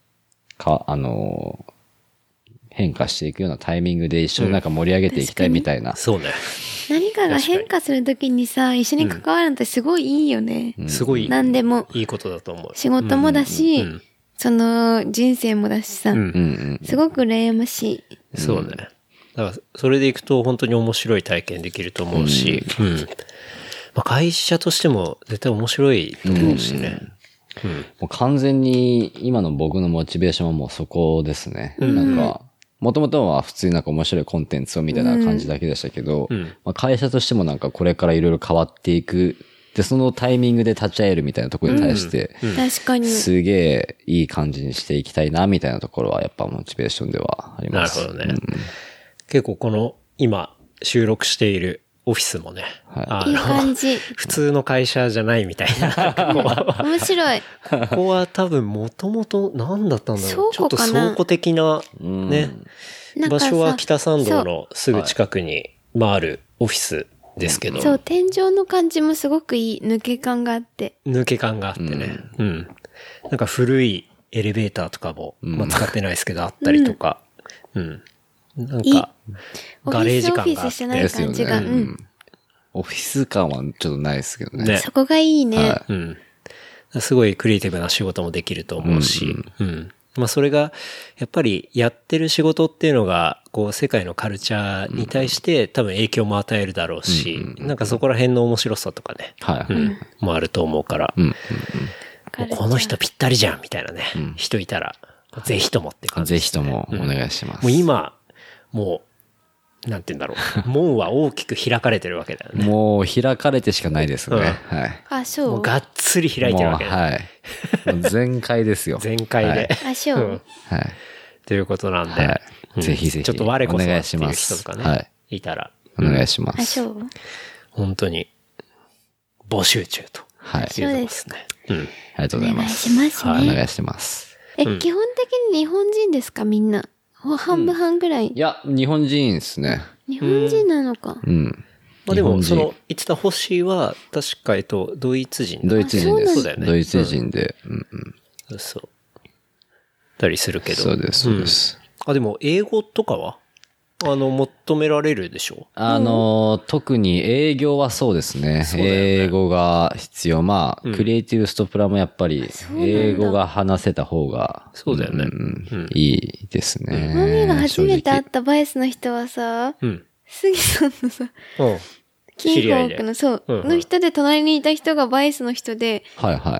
変化していくようなタイミングで一緒になんか盛り上げていきたいみたいな。 そうね。 何かが変化するときにさ、一緒に関わるのってすごいいいよね。 すごい。 何でも。 いいことだと思う。 仕事もだし、その人生もだしさ、すごく羨ましい。 そうね。だからそれでいくと本当に面白い体験できると思うし、まあ会社としても絶対面白いと思うしね。 もう完全に今の僕のモチベーションはもうそこですね。なんか、もともとは普通になんか面白いコンテンツをみたいな感じだけでしたけど、まあ会社としてもなんかこれからいろいろ変わっていく。で、そのタイミングで立ち会えるみたいなところに対して、 確かに。 すげえいい感じにしていきたいな、みたいなところはやっぱモチベーションではあります。 なるほどね。結構この今収録しているオフィスもね、 いい感じ。 普通の会社じゃないみたいな。 面白い。 ここは多分もともと何だったんだろう。ちょっと倉庫的なね、場所は北参道のすぐ近くにあるオフィスですけど。 そう、天井の感じもすごくいい抜け感があって。 抜け感があってね。なんか古いエレベーターとかも、まあ使ってないですけどあったりとか。なんか、ガレージ感があって。 オフィスしてない感じが。 オフィス感はちょっとないですけどね。 そこがいいね。 すごいクリエイティブな仕事もできると思うし。まあそれが、やっぱりやってる仕事っていうのが、こう世界のカルチャーに対して多分影響も与えるだろうし、なんかそこら辺の面白さとかね、もあると思うから、この人ぴったりじゃんみたいなね、人いたら、ぜひともって感じ、 ぜひともお願いします。 もう今、もう、なんて言うんだろう。門は大きく開かれてるわけだよね。 もう開かれてしかないですね。はい。 あ、そう。 もうがっつり開いてるわけだ、 ね。はい。全開ですよ。 全開で。 あ、そう。 はい。ということなんで、 ぜひぜひ。 ちょっと我こそはっていう人とかね、いたら。 お願いします。 あ、そう。 本当に、募集中と。 はい。 そうですね。 ありがとうございます。 お願いしますね。 お願いします。 基本的に日本人ですか、みんな。半分半ぐらい。 いや、日本人ですね。 日本人なのか。 まあでも、言ってた星は、確か、ドイツ人。 ドイツ人です。 そうだよね。 ドイツ人で。 そう。たりするけど。 そうです、そうです。 でも、英語とかは求められるでしょ？ 特に営業はそうですね。英語が必要。まあ、クリエイティブストプラもやっぱり、英語が話せた方が、 そうだよね。 いいですね。 マミが初めて会ったバイスの人はさ、杉さんのさ、キーホークの、そう、の人で隣にいた人がバイスの人で、 はいはい。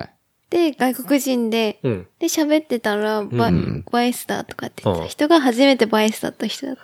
で、外国人で、で、喋ってたら、バイスだとかって言った人が初めてバイスだった人だった。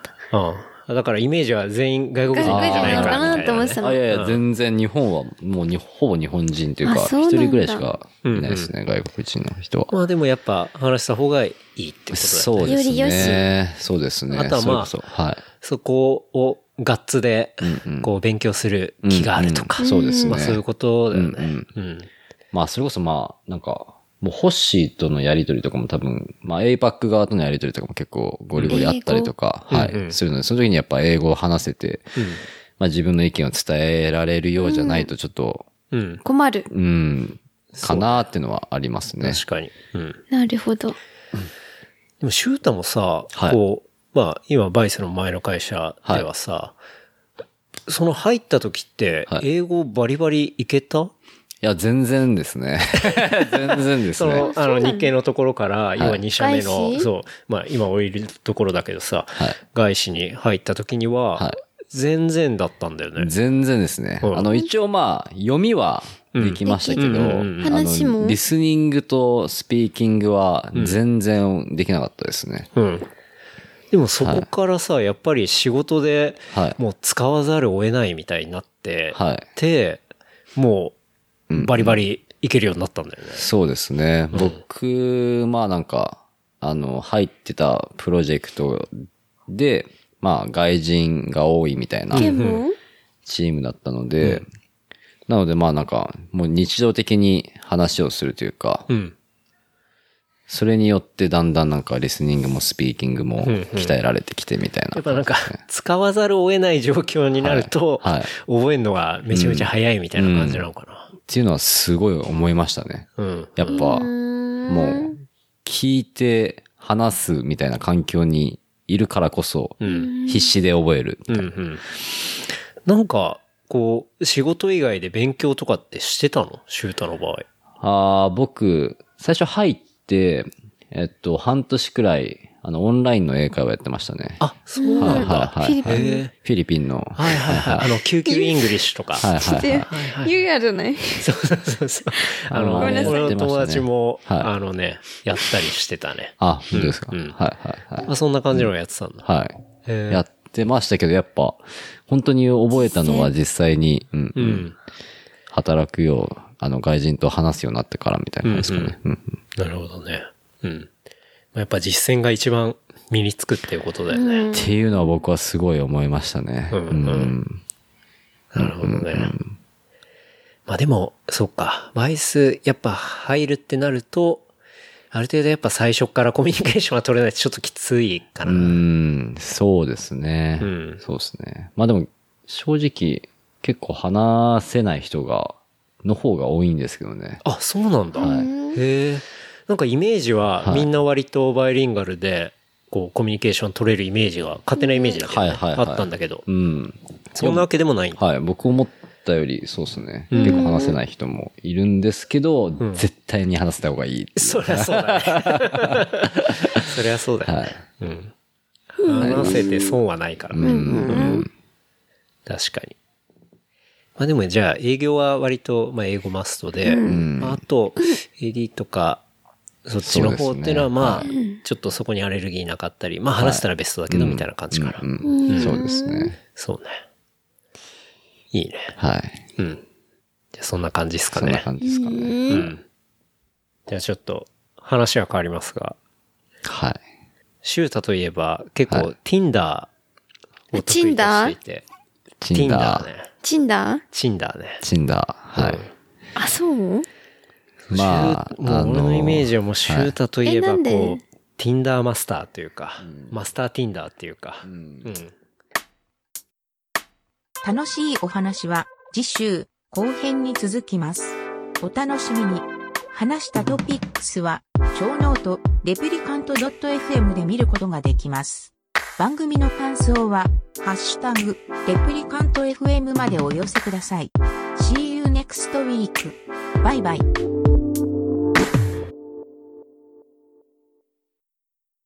だからイメージは全員外国人じゃないからなと思ってたの。 いやいや、全然日本はもうほぼ日本人というか、一人ぐらいしかいないですね、外国人の人は。 まあでもやっぱ話した方がいいってことだよね。 そうですね。そうですね。 あとはまあ、そこをガッツで、こう勉強する気があるとか。 そうですね。 まあそういうことだよね。 まあそれこそまあ、なんか、もうホッシーとのやりとりとかも多分、まあ APAC 側とのやりとりとかも結構ゴリゴリあったりとか、するので、その時にやっぱ英語を話せて、まあ自分の意見を伝えられるようじゃないとちょっと、 困る。 かなーっていうのはありますね。 確かに。 なるほど。 でもシュータもさ、こう、まあ今バイスの前の会社ではさ、その入った時って、英語バリバリいけた？ いや、全然ですね。全然ですね。 日系のところから、要は2社目の、そう、まあ今いるところだけどさ、外資に入った時には、全然だったんだよね。 全然ですね。一応まあ、読みはできましたけど、 話もリスニングとスピーキングは全然できなかったですね。 でもそこからさ、やっぱり仕事でもう使わざるを得ないみたいになって、で、もう、バリバリいけるようになったんだよね。 そうですね。僕、まあなんか、入ってたプロジェクトで、まあ外人が多いみたいなチームだったので、なのでまあなんか、もう日常的に話をするというか、それによってだんだんなんかリスニングもスピーキングも鍛えられてきてみたいな、 やっぱなんか、使わざるを得ない状況になると、覚えるのがめちゃめちゃ早いみたいな感じなのかな。 っていうのはすごい思いましたね。やっぱ、もう、聞いて話すみたいな環境にいるからこそ、必死で覚えるみたいな。 なんか、こう、仕事以外で勉強とかってしてたの？シュータの場合。 僕、最初入って、半年くらい、オンラインの英会話やってましたね。 あ、そうなんだ。 フィリピンの。 救急イングリッシュとか。 言うやじゃない？ そう。俺の友達も、やったりしてたね。 あ、本当ですか。 そんな感じのをやってたんだ。 やってましたけど、やっぱ、本当に覚えたのは実際に、働くよう、外人と話すようになってからみたいなですかね。 なるほどね。やっぱ実践が一番身につくっていうことだよね。 っていうのは僕はすごい思いましたね。 なるほどね。まあでも、そっか。バイス、やっぱ入るってなると、ある程度やっぱ最初からコミュニケーションが取れないとちょっときついかな。 そうですね。そうですね。まあでも、正直、結構話せない人の方が多いんですけどね。 あ、そうなんだ。へえ。なんかイメージはみんな割とバイリンガルでこうコミュニケーション取れるイメージが勝手なイメージだけど、あったんだけど、そんなわけでもないんだ。 僕思ったよりそうですね。結構話せない人もいるんですけど、絶対に話せた方がいい。 そりゃそうだね。そりゃそうだね。話せて損はないからね。確かに。まあでもじゃあ営業は割と英語マストで、あと AD とかそっちの方っていうのはまあちょっとそこにアレルギーなかったり、まあ話したらベストだけどみたいな感じかな。 そうですね。 そうね。いいね。 はい。 じゃあそんな感じですかね。 そんな感じですかね。 じゃあちょっと話は変わりますが。 はい。 シュータといえば結構 Tinder を得意としていて。Tinder ね。Tinder ね。 はい。 あ、そう？ まあ、もう俺のイメージはもうシュータといえばこう、Tinder マスターというか、マスター Tinder っていうか。 楽しいお話は次週後編に続きます。お楽しみに。話したトピックスは、小ノート、レプリカント .fm で見ることができます。番組の感想は、ハッシュタグ、レプリカント FM までお寄せください。See you next week. バイバイ。